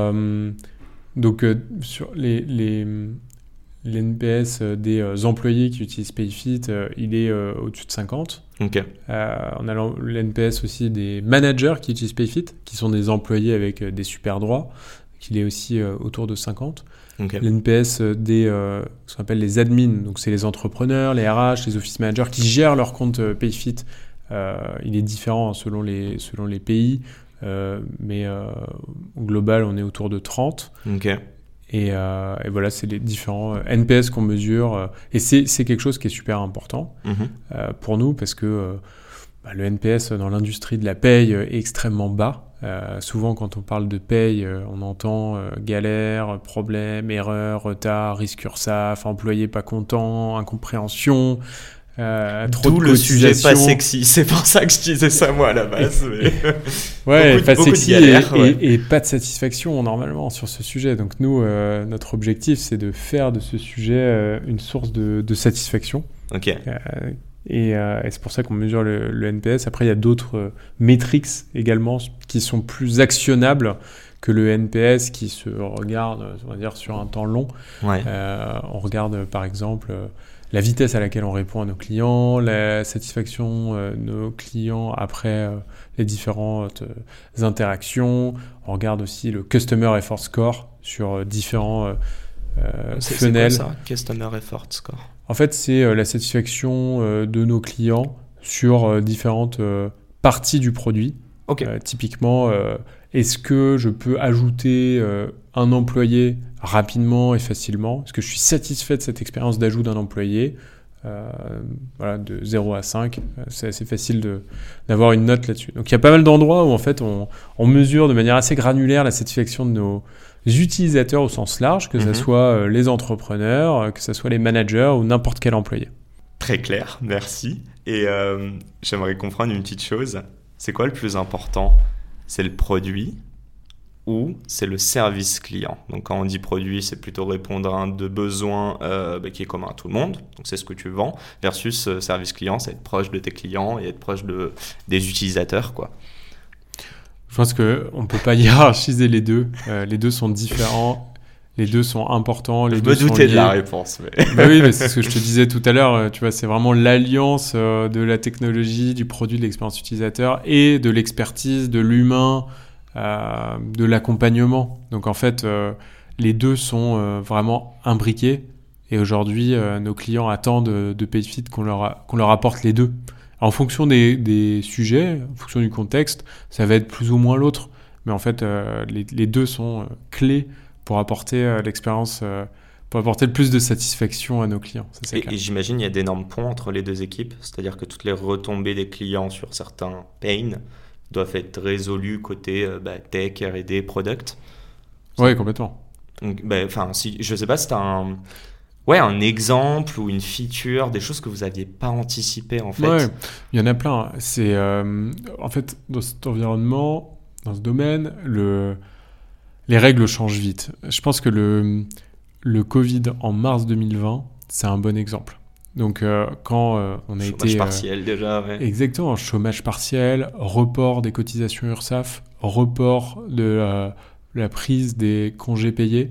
l'NPS des employés qui utilisent PayFit, il est au-dessus de 50.
Okay.
On a l'NPS aussi des managers qui utilisent PayFit, qui sont des employés avec des super droits, qu'il est aussi autour de 50. Okay. L'NPS des ce qu'on appelle les admins, donc c'est les entrepreneurs, les RH, les office managers qui gèrent leur compte PayFit. Il est différent selon les pays, mais au global, on est autour de 30.
Okay.
Et voilà, c'est les différents NPS qu'on mesure. Et c'est quelque chose qui est super important pour nous parce que le NPS dans l'industrie de la paye est extrêmement bas. Souvent, quand on parle de paye, on entend galère, problème, erreur, retard, risque URSSAF, employé pas content, incompréhension.
D'où le sujet pas sexy. C'est pour ça que je disais ça moi à la base. Mais...
ouais, pas sexy et pas de satisfaction normalement sur ce sujet. Donc nous, notre objectif, c'est de faire de ce sujet une source de satisfaction.
Ok.
Et c'est pour ça qu'on mesure le NPS. Après, il y a d'autres métriques également qui sont plus actionnables que le NPS qui se regarde, on va dire, sur un temps long.
Ouais.
On regarde par exemple la vitesse à laquelle on répond à nos clients, la satisfaction de nos clients après les différentes interactions. On regarde aussi le Customer Effort Score sur différents funnels.
C'est quoi ça, Customer Effort Score ?
En fait, c'est la satisfaction de nos clients sur différentes parties du produit.
Okay.
Typiquement, est-ce que je peux ajouter un employé rapidement et facilement ? Est-ce que je suis satisfait de cette expérience d'ajout d'un employé ? Voilà, de 0 à 5, c'est assez facile d'avoir une note là-dessus. Donc il y a pas mal d'endroits où en fait on mesure de manière assez granulaire la satisfaction de nos utilisateurs au sens large, que ce soit les entrepreneurs, que ce soit les managers ou n'importe quel employé.
Très clair, merci. Et j'aimerais comprendre une petite chose. C'est quoi le plus important ? C'est le produit ou c'est le service client ? Donc quand on dit produit, c'est plutôt répondre à un de besoins qui est commun à tout le monde. Donc c'est ce que tu vends. Versus service client, c'est être proche de tes clients et être proche des utilisateurs, quoi.
Je pense qu'on ne peut pas hiérarchiser les deux. Les deux sont différents. Les deux sont importants. Je
me doutais de la réponse. Mais...
bah oui, mais c'est ce que je te disais tout à l'heure. Tu vois, c'est vraiment l'alliance de la technologie, du produit, de l'expérience utilisateur et de l'expertise, de l'humain, de l'accompagnement. Donc en fait, les deux sont vraiment imbriqués. Et aujourd'hui, nos clients attendent de Payfit qu'on leur apporte les deux. En fonction des sujets, en fonction du contexte, ça va être plus ou moins l'autre. Mais en fait, les deux sont clés pour apporter l'expérience, pour apporter le plus de satisfaction à nos clients. Ça,
et j'imagine qu'il y a d'énormes ponts entre les deux équipes, c'est-à-dire que toutes les retombées des clients sur certains pains doivent être résolues côté tech, R&D, product.
Oui, complètement.
Donc, je ne sais pas si tu as un exemple ou une feature, des choses que vous n'aviez pas anticipées en fait.
Ouais, il y en a plein. C'est, en fait, dans cet environnement, dans ce domaine, les règles changent vite. Je pense que le Covid en mars 2020, c'est un bon exemple. Donc, quand on a
chômage partiel déjà. Ouais.
Exactement, chômage partiel, report des cotisations URSSAF, report de la prise des congés payés.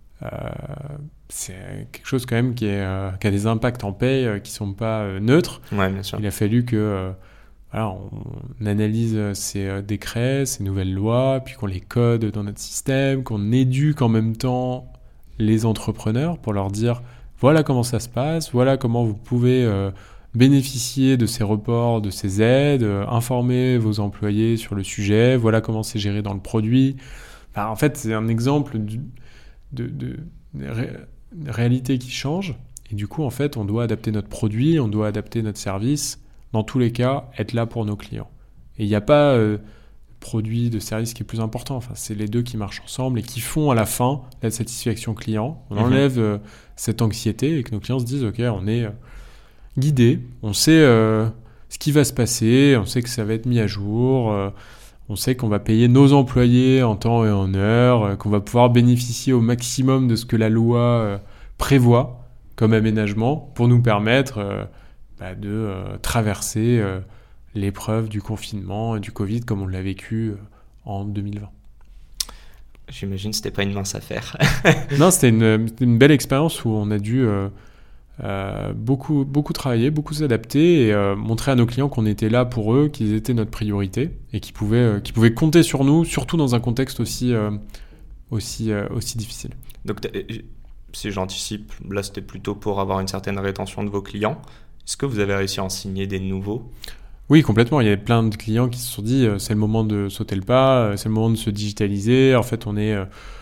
C'est quelque chose quand même qui a des impacts en paye qui ne sont pas neutres.
Ouais, bien sûr.
Il a fallu que... on analyse ces décrets, ces nouvelles lois, puis qu'on les code dans notre système, qu'on éduque en même temps les entrepreneurs pour leur dire voilà comment ça se passe, voilà comment vous pouvez bénéficier de ces reports, de ces aides, informer vos employés sur le sujet, voilà comment c'est géré dans le produit. En fait, c'est un exemple de réalité qui change, et du coup, en fait, on doit adapter notre produit, on doit adapter notre service. Dans tous les cas, être là pour nos clients. Et il n'y a pas de produit, de service qui est plus important. Enfin, c'est les deux qui marchent ensemble et qui font à la fin la satisfaction client. On enlève cette anxiété et que nos clients se disent « Ok, on est guidé, on sait ce qui va se passer, on sait que ça va être mis à jour, on sait qu'on va payer nos employés en temps et en heure, qu'on va pouvoir bénéficier au maximum de ce que la loi prévoit comme aménagement pour nous permettre... de traverser l'épreuve du confinement et du Covid comme on l'a vécu en 2020.
J'imagine que ce n'était pas une mince affaire.
Non, c'était une belle expérience où on a dû beaucoup travailler, beaucoup s'adapter et montrer à nos clients qu'on était là pour eux, qu'ils étaient notre priorité et qu'ils pouvaient compter sur nous, surtout dans un contexte aussi difficile.
Donc, si j'anticipe, là c'était plutôt pour avoir une certaine rétention de vos clients. Est-ce que vous avez réussi à en signer des nouveaux ?
Oui, complètement. Il y a plein de clients qui se sont dit c'est le moment de sauter le pas, c'est le moment de se digitaliser. En fait, on est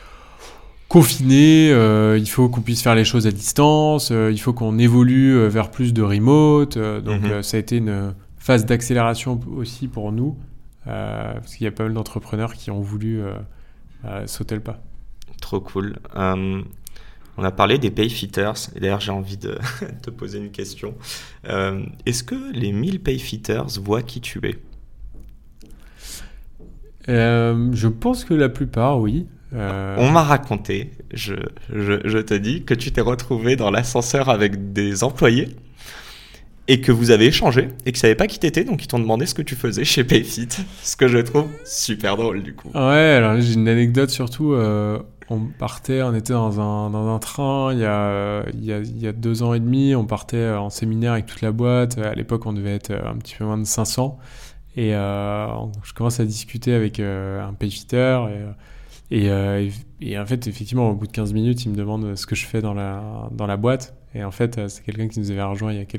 confinés, il faut qu'on puisse faire les choses à distance, il faut qu'on évolue vers plus de remote. Donc, ça a été une phase d'accélération aussi pour nous, parce qu'il y a pas mal d'entrepreneurs qui ont voulu sauter le pas.
Trop cool. On a parlé des payfitters, et d'ailleurs j'ai envie de te poser une question. Est-ce que les 1000 payfitters voient qui tu es ?
Je pense que la plupart, oui.
On m'a raconté, je te dis, que tu t'es retrouvé dans l'ascenseur avec des employés et que vous avez échangé et qu'ils ne savaient pas qui t'étais, donc ils t'ont demandé ce que tu faisais chez Payfit, ce que je trouve super drôle du coup.
Ouais, alors j'ai une anecdote surtout. On était dans un train il y a 2 ans et demi, on partait en séminaire avec toute la boîte. À l'époque, on devait être un petit peu moins de 500. Et je commence à discuter avec un payfitter et en fait, effectivement, au bout de 15 minutes, il me demande ce que je fais dans la boîte. Et en fait, c'est quelqu'un qui nous avait rejoint il y a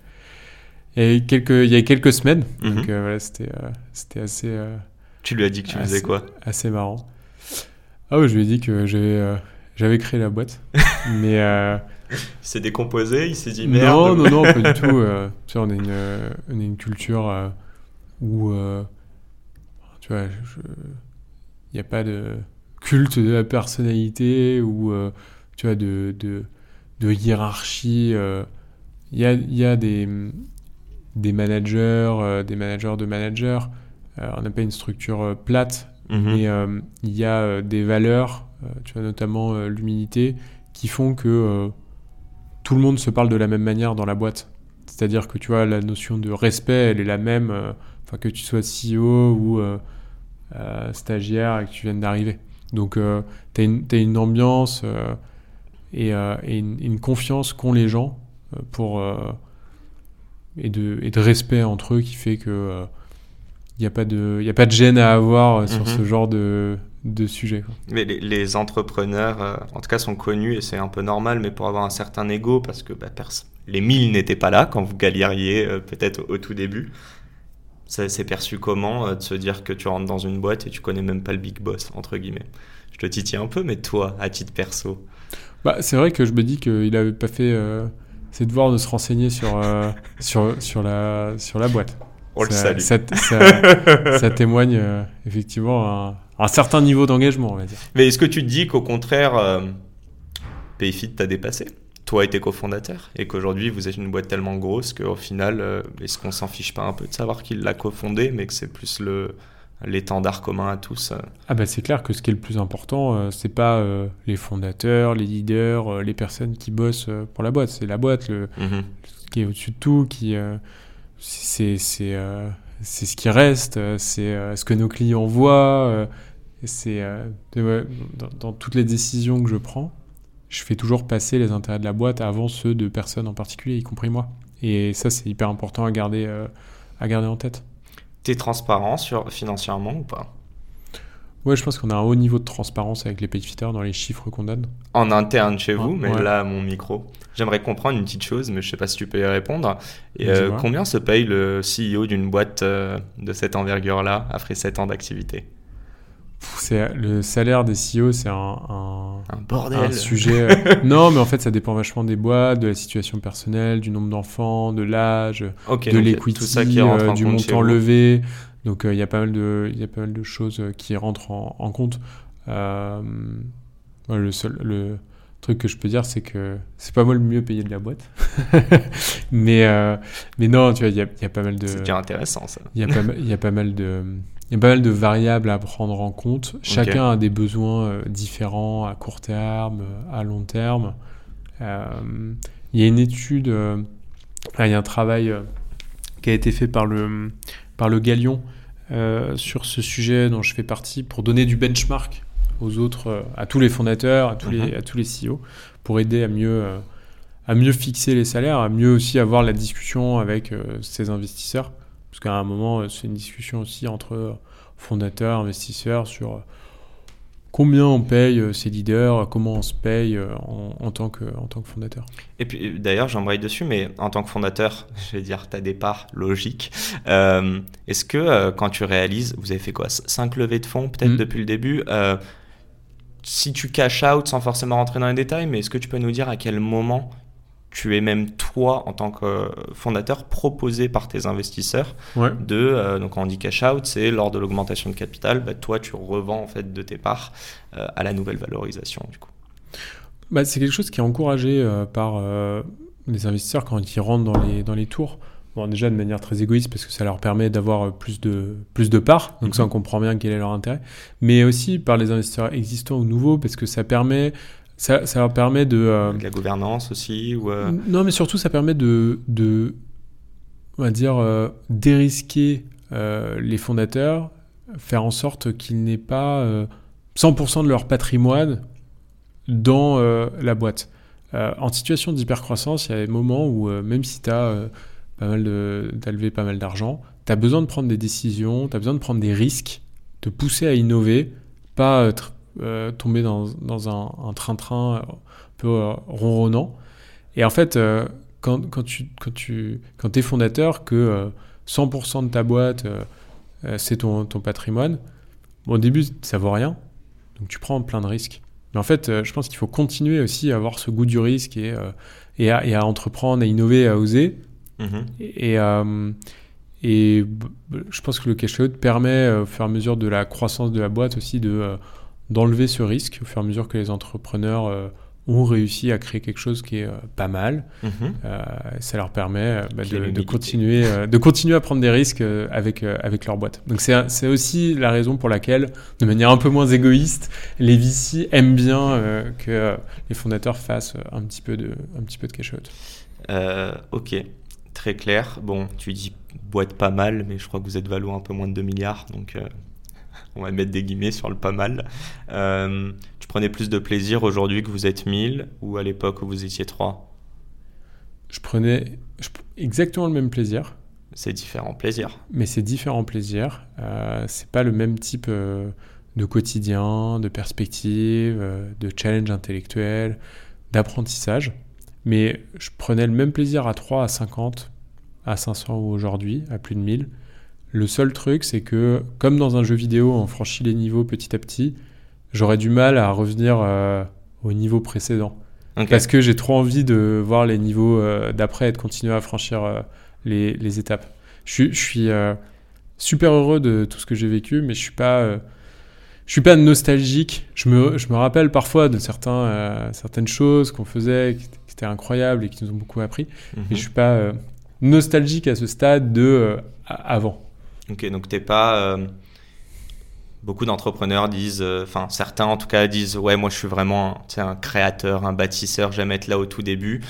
quelques semaines. Donc voilà, c'était assez...
Tu lui as dit que tu faisais quoi ?
Assez marrant. Ah ouais, je lui ai dit que j'avais créé la boîte. Mais...
Il s'est décomposé, il s'est dit merde.
Non, pas du tout. Tu sais, on a une culture où, tu vois, il n'y a pas de culte de la personnalité ou, tu vois, de hiérarchie. Il y a des managers, des managers de managers. On n'a pas une structure plate. Mais il y a des valeurs, tu vois, notamment l'humilité, qui font que tout le monde se parle de la même manière dans la boîte. C'est-à-dire que tu vois, la notion de respect, elle est la même, que tu sois CEO ou stagiaire et que tu viennes d'arriver. Donc, tu as une ambiance et une confiance qu'ont les gens et de respect entre eux qui fait que il n'y a pas de gêne à avoir sur ce genre de sujet, quoi.
Mais les entrepreneurs, en tout cas, sont connus, et c'est un peu normal, mais pour avoir un certain ego, parce que les 1000 n'étaient pas là quand vous galériez peut-être au tout début. Ça s'est perçu comment de se dire que tu rentres dans une boîte et tu connais même pas le big boss, entre guillemets. Je te titille un peu, mais toi, à titre perso.
C'est vrai que je me dis qu'il n'avait pas fait ses devoirs de se renseigner sur la boîte.
On le salue.
Ça témoigne effectivement un certain niveau d'engagement, on va dire.
Mais est-ce que tu te dis qu'au contraire, Payfit t'a dépassé, toi et tes cofondateurs, et qu'aujourd'hui vous êtes une boîte tellement grosse qu'au final, est-ce qu'on s'en fiche pas un peu de savoir qui l'a cofondé, mais que c'est plus l'étendard commun à tous?
C'est clair que ce qui est le plus important, c'est pas les fondateurs, les leaders, les personnes qui bossent pour la boîte. C'est la boîte, ce qui est au-dessus de tout, c'est ce qui reste, c'est ce que nos clients voient. Dans toutes les décisions que je prends, je fais toujours passer les intérêts de la boîte avant ceux de personnes en particulier, y compris moi. Et ça, c'est hyper important à garder en tête.
T'es transparent financièrement ou pas ?
Ouais, je pense qu'on a un haut niveau de transparence avec les payfitters dans les chiffres qu'on donne.
En interne chez vous, mais
ouais.
Là, à mon micro. J'aimerais comprendre une petite chose, mais je ne sais pas si tu peux y répondre. Combien se paye le CEO d'une boîte de cette envergure-là après 7 ans d'activité ?
Le salaire des CEO, c'est un
bordel.
Un sujet. Non, mais en fait, ça dépend vachement des boîtes, de la situation personnelle, du nombre d'enfants, de l'âge, de l'equity,
tout ça qui rentre en
du
compte
montant levé. Donc, il y a pas mal de choses qui rentrent en compte. Le truc que je peux dire, c'est que c'est pas moi le mieux payé de la boîte. mais non, tu vois, il y a pas mal de...
C'est déjà intéressant, ça.
Il y a pas mal de variables à prendre en compte. Chacun a des besoins différents à court terme, à long terme. Il y a une étude, il y a un travail qui a été fait par le Galion sur ce sujet dont je fais partie pour donner du benchmark aux autres, à tous les fondateurs, à tous les CEO, pour aider à mieux fixer les salaires, à mieux aussi avoir la discussion avec ces investisseurs. Parce qu'à un moment, c'est une discussion aussi entre fondateurs, investisseurs sur combien on paye ces leaders, comment on se paye en tant que fondateur. Et
puis d'ailleurs, j'embraye dessus, mais en tant que fondateur, je vais dire, tu as des parts logiques. Est-ce que quand tu réalises, vous avez fait quoi, 5 levées de fonds peut-être depuis le début, si tu cash out sans forcément rentrer dans les détails, mais est-ce que tu peux nous dire à quel moment tu es même toi, en tant que fondateur, proposé par tes investisseurs donc quand on dit cash out, c'est lors de l'augmentation de capital, toi tu revends en fait de tes parts à la nouvelle valorisation du coup.
C'est quelque chose qui est encouragé par les investisseurs quand ils rentrent dans les tours. Bon, déjà de manière très égoïste parce que ça leur permet d'avoir plus de parts, donc ça on comprend bien quel est leur intérêt, mais aussi par les investisseurs existants ou nouveaux parce que ça leur permet de
la gouvernance aussi ou
Non, mais surtout ça permet de on va dire dérisquer les fondateurs, faire en sorte qu'ils n'aient pas 100% de leur patrimoine dans la boîte. En situation d'hypercroissance, il y a des moments où même si tu as t'as levé pas mal d'argent, tu as besoin de prendre des décisions, tu as besoin de prendre des risques, te pousser à innover, pas tomber dans un train-train un peu ronronnant. Et en fait, quand t'es fondateur, que 100% de ta boîte, c'est ton patrimoine, au début, ça vaut rien, donc tu prends plein de risques. Mais en fait, je pense qu'il faut continuer aussi à avoir ce goût du risque et à entreprendre, à innover, à oser. Et je pense que le cash out permet, au fur et à mesure de la croissance de la boîte aussi, d'enlever ce risque, au fur et à mesure que les entrepreneurs ont réussi à créer quelque chose qui est pas mal. Ça leur permet de continuer à prendre des risques avec leur boîte. Donc c'est aussi la raison pour laquelle, de manière un peu moins égoïste, les VC aiment bien que les fondateurs fassent un petit peu de cash out.
Ok. Très clair. Bon, tu dis boîte pas mal, mais je crois que vous êtes valo un peu moins de 2 milliards, donc on va mettre des guillemets sur le pas mal. Tu prenais plus de plaisir aujourd'hui que vous êtes 1000 ou à l'époque où vous étiez 3 ?
Je prenais exactement le même plaisir.
C'est différents plaisirs.
Mais c'est différents plaisirs. C'est pas le même type de quotidien, de perspective, de challenge intellectuel, d'apprentissage. Mais je prenais le même plaisir à 3, à 50, à 500 ou aujourd'hui, à plus de 1000. Le seul truc, c'est que, comme dans un jeu vidéo, on franchit les niveaux petit à petit, j'aurais du mal à revenir au niveau précédent. Okay. Parce que j'ai trop envie de voir les niveaux d'après et de continuer à franchir les étapes. Je suis super heureux de tout ce que j'ai vécu, mais je suis pas nostalgique. Je me rappelle parfois de certaines choses qu'on faisait qui étaient incroyables et qui nous ont beaucoup appris. Mais je suis pas nostalgique à ce stade de avant.
Ok, donc t'es pas... Beaucoup d'entrepreneurs disent, certains en tout cas disent, ouais, moi je suis vraiment un créateur, un bâtisseur, j'aime être là au tout début.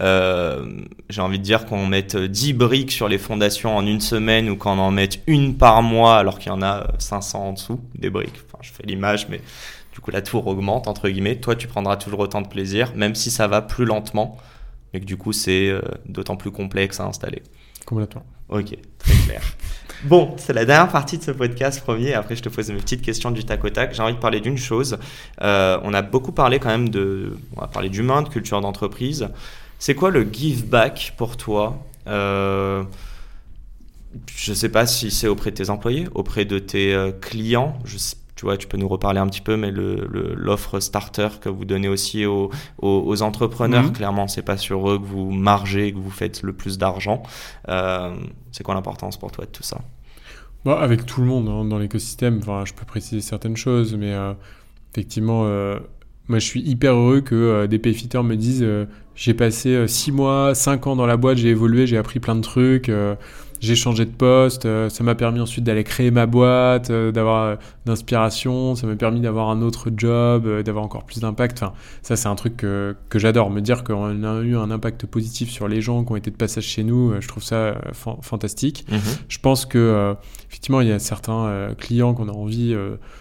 J'ai envie de dire qu'on mette 10 briques sur les fondations en une semaine ou qu'on en mette une par mois alors qu'il y en a 500 en dessous, des briques. Enfin, je fais l'image, mais du coup la tour augmente, entre guillemets. Toi, tu prendras toujours autant de plaisir, même si ça va plus lentement, mais que du coup c'est d'autant plus complexe à installer.
Complètement.
Ok, très clair. Bon, c'est la dernière partie de ce podcast, premier. Après, je te pose mes petites questions du tac au tac. J'ai envie de parler d'une chose. On a beaucoup parlé quand même on a parlé d'humain, de culture d'entreprise. C'est quoi le give back pour toi ? Je ne sais pas si c'est auprès de tes employés, auprès de tes clients. Tu vois, tu peux nous reparler un petit peu, mais l'offre starter que vous donnez aussi aux entrepreneurs, clairement, c'est pas sur eux que vous margez, que vous faites le plus d'argent. C'est quoi l'importance pour toi de tout ça ?
Avec tout le monde dans l'écosystème, je peux préciser certaines choses, mais effectivement, moi je suis hyper heureux que des payfitters me disent j'ai passé 6 mois, 5 ans dans la boîte, j'ai évolué, j'ai appris plein de trucs. J'ai changé de poste, ça m'a permis ensuite d'aller créer ma boîte, d'avoir d'inspiration, ça m'a permis d'avoir un autre job, d'avoir encore plus d'impact. Enfin, ça, c'est un truc que j'adore. Me dire qu'on a eu un impact positif sur les gens qui ont été de passage chez nous, je trouve ça fantastique. Je pense que effectivement, il y a certains clients qu'on a envie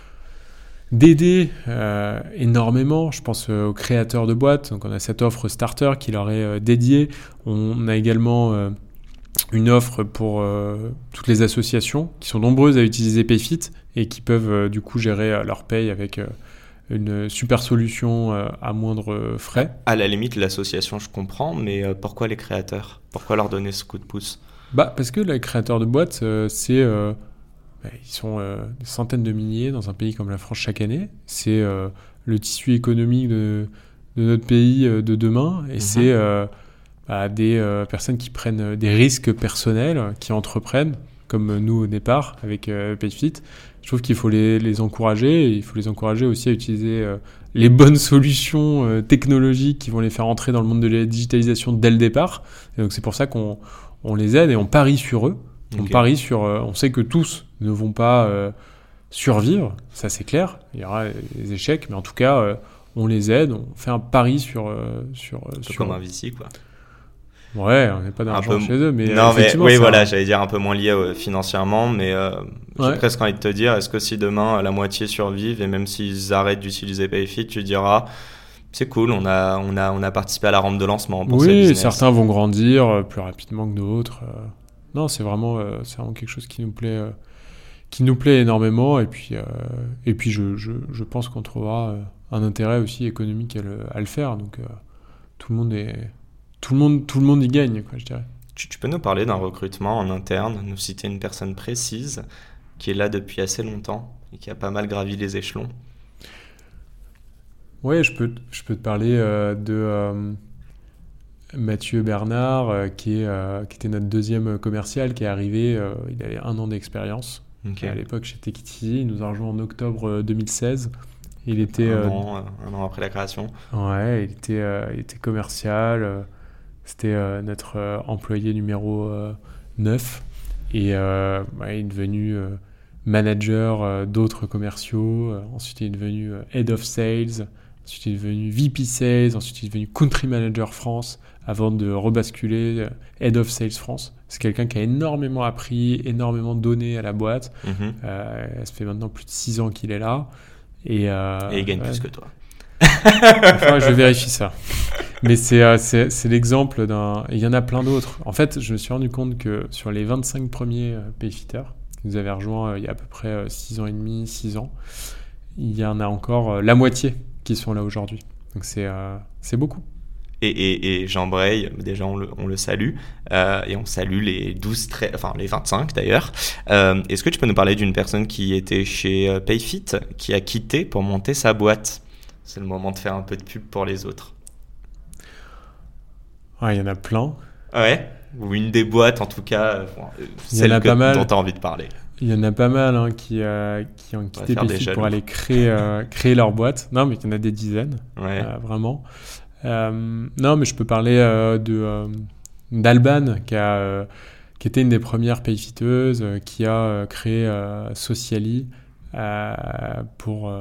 d'aider énormément. Je pense aux créateurs de boîtes. Donc, on a cette offre starter qui leur est dédiée. On a également... une offre pour toutes les associations qui sont nombreuses à utiliser Payfit et qui peuvent du coup gérer leur paye avec une super solution à moindre frais.
À la limite, l'association, je comprends, mais pourquoi les créateurs ? Pourquoi leur donner ce coup de pouce ?
Parce que les créateurs de boîtes, ils sont des centaines de milliers dans un pays comme la France chaque année. C'est le tissu économique de notre pays de demain et c'est... à des personnes qui prennent des risques personnels, qui entreprennent, comme nous au départ avec Payfit, je trouve qu'il faut les encourager, et il faut les encourager aussi à utiliser les bonnes solutions technologiques qui vont les faire entrer dans le monde de la digitalisation dès le départ. Et donc c'est pour ça qu'on les aide et on parie sur eux. Okay. On parie sur, on sait que tous ne vont pas survivre, ça c'est clair, il y aura des échecs, mais en tout cas on les aide, on fait un pari sur
comme un VC quoi.
Ouais, on n'est pas d'argent chez eux, mais
non, mais oui, voilà, j'allais dire un peu moins lié financièrement, mais j'ai presque envie de te dire, est-ce que si demain la moitié survivent et même s'ils arrêtent d'utiliser PayFit, tu diras c'est cool, on a participé à la rampe de lancement pour ce business.
Oui, certains vont grandir plus rapidement que d'autres. Non, c'est vraiment quelque chose qui nous plaît énormément, et puis je pense qu'on trouvera un intérêt aussi économique à le faire, donc tout le monde y gagne, quoi, je dirais.
Tu peux nous parler d'un recrutement en interne, nous citer une personne précise qui est là depuis assez longtemps et qui a pas mal gravi les échelons?
Ouais, je peux te parler de Mathieu Bernard, qui était notre deuxième commercial, qui est arrivé, il avait 1 an d'expérience. Okay. À l'époque chez Techity, il nous a rejoint en octobre 2016. Il était
un an après la création.
Ouais, il était commercial. C'était notre employé numéro 9. Et il est devenu manager d'autres commerciaux. Ensuite, il est devenu Head of Sales. Ensuite, il est devenu VP Sales. Ensuite, il est devenu Country Manager France avant de rebasculer Head of Sales France. C'est quelqu'un qui a énormément appris, énormément donné à la boîte. Ça fait maintenant plus de 6 ans qu'il est là. Et
il gagne plus que toi.
Enfin, je vérifie ça. Mais c'est l'exemple d'un... Il y en a plein d'autres. En fait, je me suis rendu compte que sur les 25 premiers Payfitters qui nous avaient rejoints il y a à peu près 6 ans et demi, 6 ans, il y en a encore la moitié qui sont là aujourd'hui. Donc c'est beaucoup.
Et Jean Bray, déjà on le salue, et on salue les 25 d'ailleurs. Est-ce que tu peux nous parler d'une personne qui était chez Payfit, qui a quitté pour monter sa boîte? C'est le moment de faire un peu de pub pour les autres.
Ouais, il y en a plein.
Ouais, ou une des boîtes en tout cas, celle dont tu as envie de parler.
Il y en a pas mal qui ont quitté Payfit pour aller créer leur boîte. Non, mais il y en a des dizaines, vraiment. Non, mais je peux parler d'Alban, qui était une des premières payfitteuses, qui a créé Sociali pour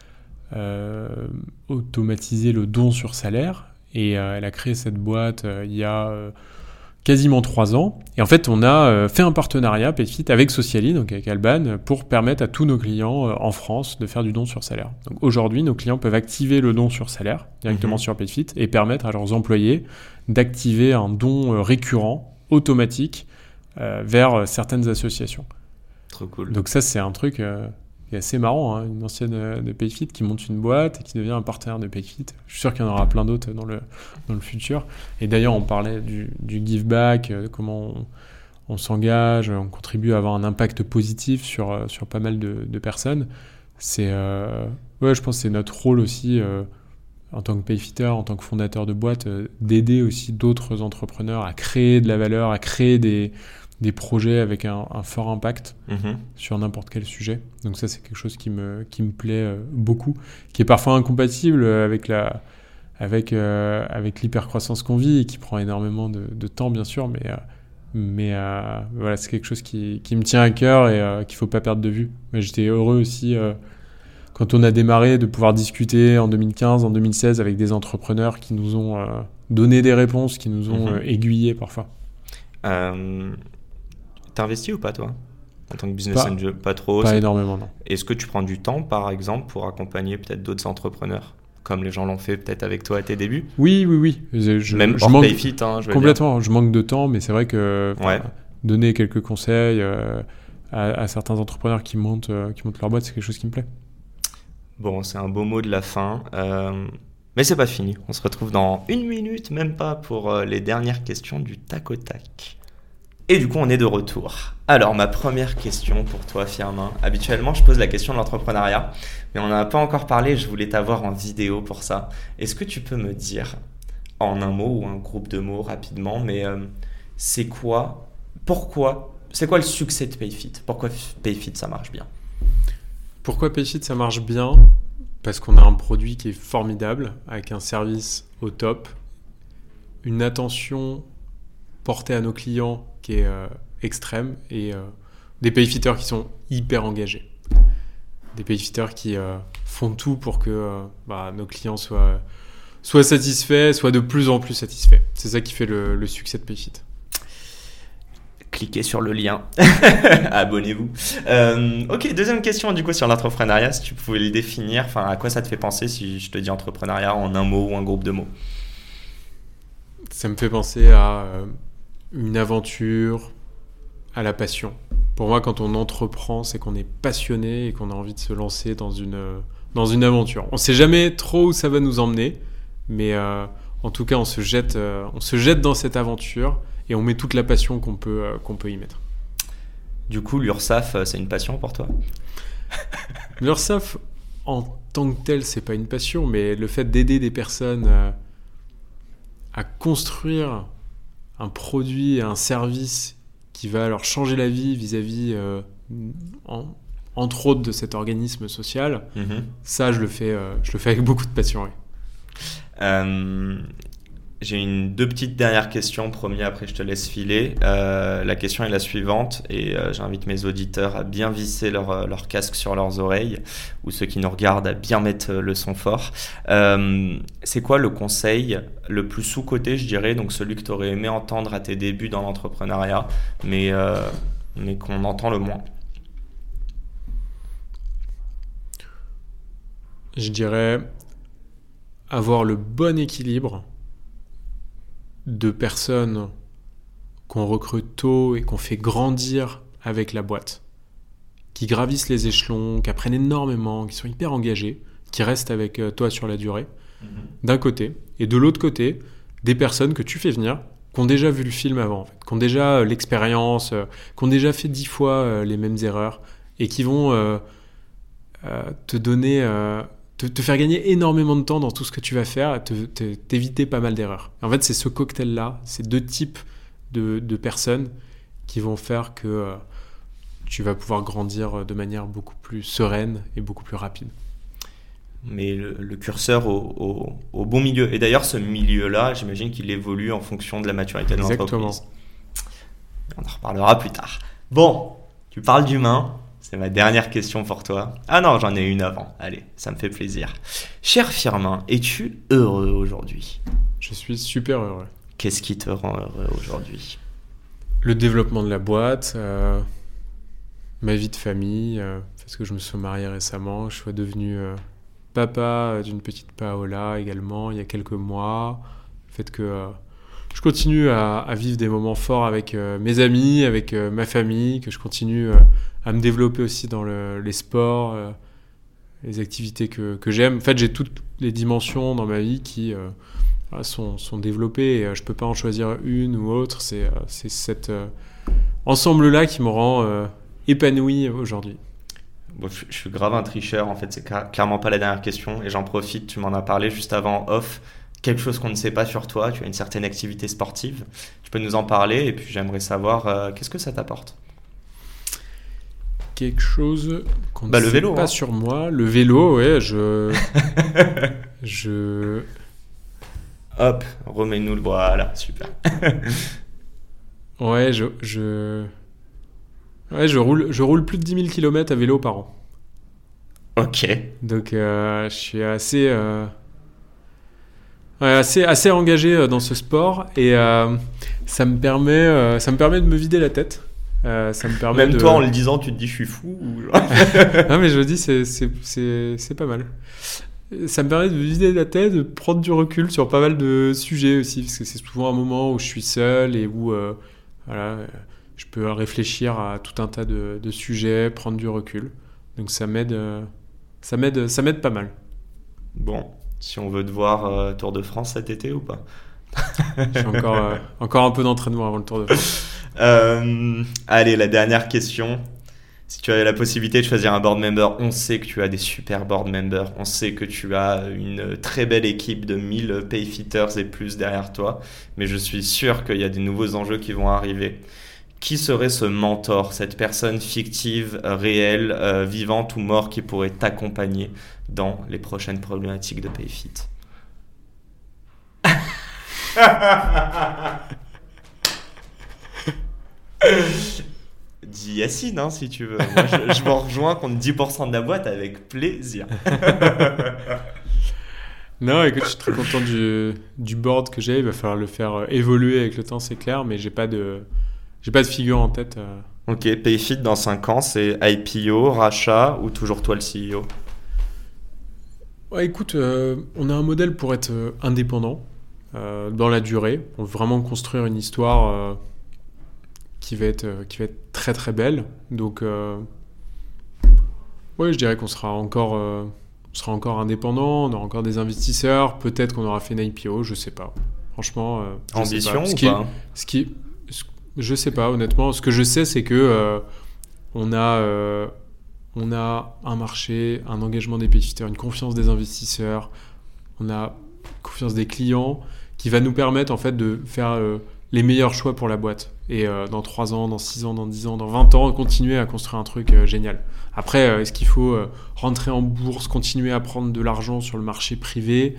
automatiser le don sur salaire. Et elle a créé cette boîte il y a quasiment 3 ans. Et en fait, on a fait un partenariat Payfit avec Sociali, donc avec Alban, pour permettre à tous nos clients en France de faire du don sur salaire. Donc aujourd'hui, nos clients peuvent activer le don sur salaire directement sur Payfit et permettre à leurs employés d'activer un don récurrent, automatique, vers certaines associations.
Trop cool.
Donc ça, c'est un truc qui est assez marrant, hein, une ancienne de Payfit qui monte une boîte et qui devient un partenaire de Payfit. Je suis sûr qu'il y en aura plein d'autres dans le futur. Et d'ailleurs, on parlait du give back, comment on s'engage, on contribue à avoir un impact positif sur pas mal de personnes. Je pense que c'est notre rôle aussi, en tant que Payfitter, en tant que fondateur de boîte, d'aider aussi d'autres entrepreneurs à créer de la valeur, à créer des projets avec un fort impact sur n'importe quel sujet. Donc ça, c'est quelque chose qui me plaît beaucoup, qui est parfois incompatible avec l'hypercroissance qu'on vit et qui prend énormément de temps, bien sûr, mais voilà, c'est quelque chose qui me tient à cœur et qu'il ne faut pas perdre de vue. Mais j'étais heureux aussi, quand on a démarré, de pouvoir discuter en 2015, en 2016 avec des entrepreneurs qui nous ont donné des réponses, qui nous ont aiguillés parfois.
T'as investi ou pas, toi, en tant que business angel? Pas trop.
Pas énormément, non.
Est-ce que tu prends du temps, par exemple, pour accompagner peut-être d'autres entrepreneurs, comme les gens l'ont fait peut-être avec toi à tes débuts?
Oui.
Même hors Payfit, je veux
complètement.
dire.
Je manque de temps, mais c'est vrai que donner quelques conseils à certains entrepreneurs qui montent leur boîte, c'est quelque chose qui me plaît.
Bon, c'est un beau mot de la fin. Mais c'est pas fini. On se retrouve dans 1 minute, même pas, pour les dernières questions du tac au tac. Et du coup, on est de retour. Alors, ma première question pour toi, Firmin. Habituellement, je pose la question de l'entrepreneuriat, mais on n'en a pas encore parlé. Je voulais t'avoir en vidéo pour ça. Est-ce que tu peux me dire, en un mot ou un groupe de mots rapidement, mais c'est quoi le succès de Payfit? Pourquoi Payfit, ça marche bien?
Pourquoi Payfit ça marche bien ? Parce qu'on a un produit qui est formidable, avec un service au top, une attention portée à nos clients qui est extrême et des payfitters qui sont hyper engagés. Des payfitters qui font tout pour que nos clients soient satisfaits, soient de plus en plus satisfaits. C'est ça qui fait le succès de Payfit.
Cliquez sur le lien, abonnez-vous. Ok, deuxième question du coup sur l'entrepreneuriat, si tu pouvais le définir, à quoi ça te fait penser si je te dis entrepreneuriat en un mot ou un groupe de mots?
Ça me fait penser à une aventure, à la passion. Pour moi, quand on entreprend, c'est qu'on est passionné et qu'on a envie de se lancer dans une aventure. On ne sait jamais trop où ça va nous emmener, mais en tout cas, on se jette dans cette aventure et on met toute la passion qu'on peut y mettre.
Du coup, l'URSSAF, c'est une passion pour toi?
L'URSSAF, en tant que tel, c'est pas une passion, mais le fait d'aider des personnes à construire un produit et un service qui va leur changer la vie vis-à-vis, entre autres, de cet organisme social, ça, je le fais avec beaucoup de passion. Oui.
J'ai deux petites dernières questions, promis, après je te laisse filer. La question est la suivante, et j'invite mes auditeurs à bien visser leur casque sur leurs oreilles, ou ceux qui nous regardent à bien mettre le son fort. C'est quoi le conseil le plus sous-coté, je dirais, donc celui que tu aurais aimé entendre à tes débuts dans l'entrepreneuriat, mais qu'on entend le moins?
Je dirais avoir le bon équilibre de personnes qu'on recrute tôt et qu'on fait grandir avec la boîte, qui gravissent les échelons, qui apprennent énormément, qui sont hyper engagés, qui restent avec toi sur la durée, d'un côté, et de l'autre côté, des personnes que tu fais venir, qui ont déjà vu le film avant, en fait, qui ont déjà l'expérience, qui ont déjà fait 10 fois les mêmes erreurs, et qui vont te donner... te faire gagner énormément de temps dans tout ce que tu vas faire, t'éviter pas mal d'erreurs. En fait, c'est ce cocktail-là, ces deux types de personnes qui vont faire que tu vas pouvoir grandir de manière beaucoup plus sereine et beaucoup plus rapide.
Mais le curseur au bon milieu. Et d'ailleurs, ce milieu-là, j'imagine qu'il évolue en fonction de la maturité de l'entreprise. On en reparlera plus tard. Bon, tu parles d'humain. C'est ma dernière question pour toi. Ah non, j'en ai une avant. Allez, ça me fait plaisir. Cher Firmin, es-tu heureux aujourd'hui?
Je suis super heureux.
Qu'est-ce qui te rend heureux aujourd'hui?
Le développement de la boîte, ma vie de famille, parce que je me suis marié récemment. Je suis devenu papa d'une petite Paola également il y a quelques mois. Le fait que je continue à vivre des moments forts avec mes amis, avec ma famille, que je continue à me développer aussi dans les sports, les activités que j'aime. En fait, j'ai toutes les dimensions dans ma vie qui sont développées. Et, je ne peux pas en choisir une ou autre. C'est cet ensemble-là qui me rend épanoui aujourd'hui.
Bon, je suis grave un tricheur. En fait, c'est clairement pas la dernière question. Et j'en profite, tu m'en as parlé juste avant en off. Quelque chose qu'on ne sait pas sur toi. Tu as une certaine activité sportive. Tu peux nous en parler. Et puis, j'aimerais savoir qu'est-ce que ça t'apporte?
Quelque chose qu'on ne sait
vélo,
pas sur moi. Le vélo, ouais,
Hop, remets-nous le... Voilà, super.
Ouais, je roule plus de 10 000 km à vélo par an.
Ok.
Donc, je suis assez engagé dans ce sport et ça me permet de me vider la tête. Ça me permet
Même toi, en le disant, tu te dis je suis fou ou...
Non, mais je me dis c'est pas mal. Ça me permet de me vider la tête, de prendre du recul sur pas mal de sujets aussi, parce que c'est souvent un moment où je suis seul et où je peux réfléchir à tout un tas de sujets, prendre du recul. Donc ça m'aide pas mal.
Bon, si on veut te voir Tour de France cet été ou pas?
J'ai encore un peu d'entraînement avant le Tour de France.
Allez, la dernière question. Si tu avais la possibilité de choisir un board member, on sait que tu as des super board members, on sait que tu as une très belle équipe de 1000 payfitters et plus derrière toi, mais je suis sûr qu'il y a des nouveaux enjeux qui vont arriver. qui serait ce mentor, cette personne fictive, réelle, vivante ou morte qui pourrait t'accompagner dans les prochaines problématiques de PayFit? Dis Yacine, hein, si tu veux. Moi, je m'en rejoins contre 10% de la boîte avec plaisir.
Non, écoute, je suis très content du board que j'ai. Il va falloir le faire évoluer avec le temps, c'est clair, mais j'ai pas de figure en tête.
Ok, PayFit dans 5 ans, c'est IPO, rachat ou toujours toi le CEO?
Ouais, écoute, on a un modèle pour être indépendant dans la durée, pour vraiment construire une histoire qui va être très très belle. Donc, ouais, je dirais qu'on sera encore indépendant, on aura encore des investisseurs, peut-être qu'on aura fait une IPO, je sais pas. Franchement,
ambition ou pas?
Je sais pas, honnêtement. Ce que je sais, c'est que on a un marché, un engagement des payfitters, une confiance des investisseurs, on a confiance des clients qui va nous permettre en fait de faire les meilleurs choix pour la boîte. Et dans 3 ans, dans 6 ans, dans 10 ans, dans 20 ans, continuer à construire un truc génial. Après, est-ce qu'il faut rentrer en bourse, continuer à prendre de l'argent sur le marché privé?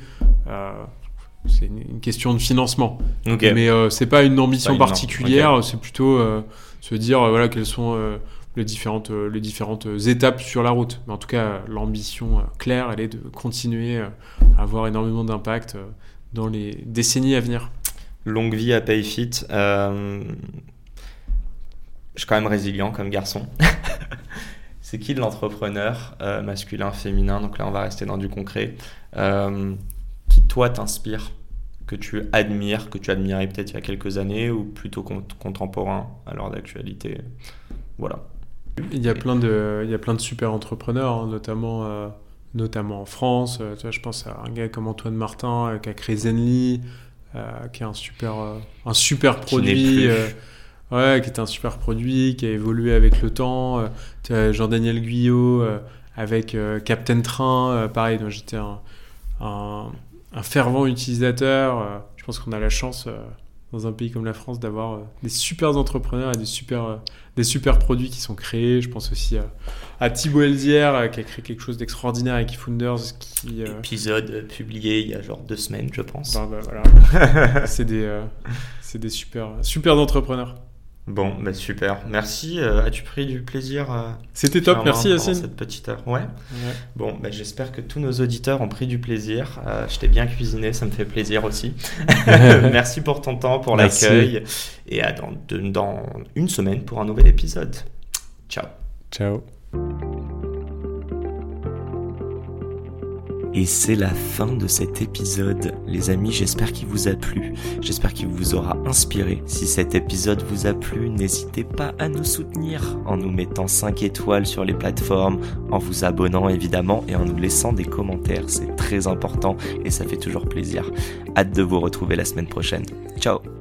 C'est une question de financement. Okay. Mais c'est pas une ambition particulière, okay. C'est plutôt se dire voilà quelles sont les différentes étapes sur la route. Mais en tout cas, l'ambition claire, elle est de continuer à avoir énormément d'impact dans les décennies à venir.
Longue vie à PayFit. Je suis quand même résilient comme garçon. C'est qui l'entrepreneur masculin, féminin? Donc là, on va rester dans du concret. Qui, toi, t'inspire, que tu admires, que tu admirais peut-être il y a quelques années ou plutôt contemporain à l'heure d'actualité? Voilà.
Il y a plein de super entrepreneurs, hein, notamment en France. Tu vois, je pense à un gars comme Antoine Martin qui a créé Zenly, qui est un super produit. Qui était un super produit, qui a évolué avec le temps. Tu as Jean-Daniel Guyot avec Captain Train, pareil, dont j'étais un fervent utilisateur. Je pense qu'on a la chance dans un pays comme la France d'avoir des super entrepreneurs et des super produits qui sont créés. Je pense aussi à Thibaut Elzière qui a créé quelque chose d'extraordinaire avec eFounders.
Épisode publié il y a genre 2 semaines, je pense.
Voilà. C'est des super entrepreneurs.
Bon, bah super. Merci. As-tu pris du plaisir
C'était top, merci Yacine.
Cette petite heure. Ouais. Bon, bah, j'espère que tous nos auditeurs ont pris du plaisir. Je t'ai bien cuisiné, ça me fait plaisir aussi. Merci pour ton temps, pour l'accueil. Et à dans 1 semaine pour un nouvel épisode. Ciao.
Ciao.
Et c'est la fin de cet épisode. Les amis, j'espère qu'il vous a plu. J'espère qu'il vous aura inspiré. Si cet épisode vous a plu, n'hésitez pas à nous soutenir en nous mettant 5 étoiles sur les plateformes, en vous abonnant évidemment et en nous laissant des commentaires. C'est très important et ça fait toujours plaisir. Hâte de vous retrouver la semaine prochaine. Ciao.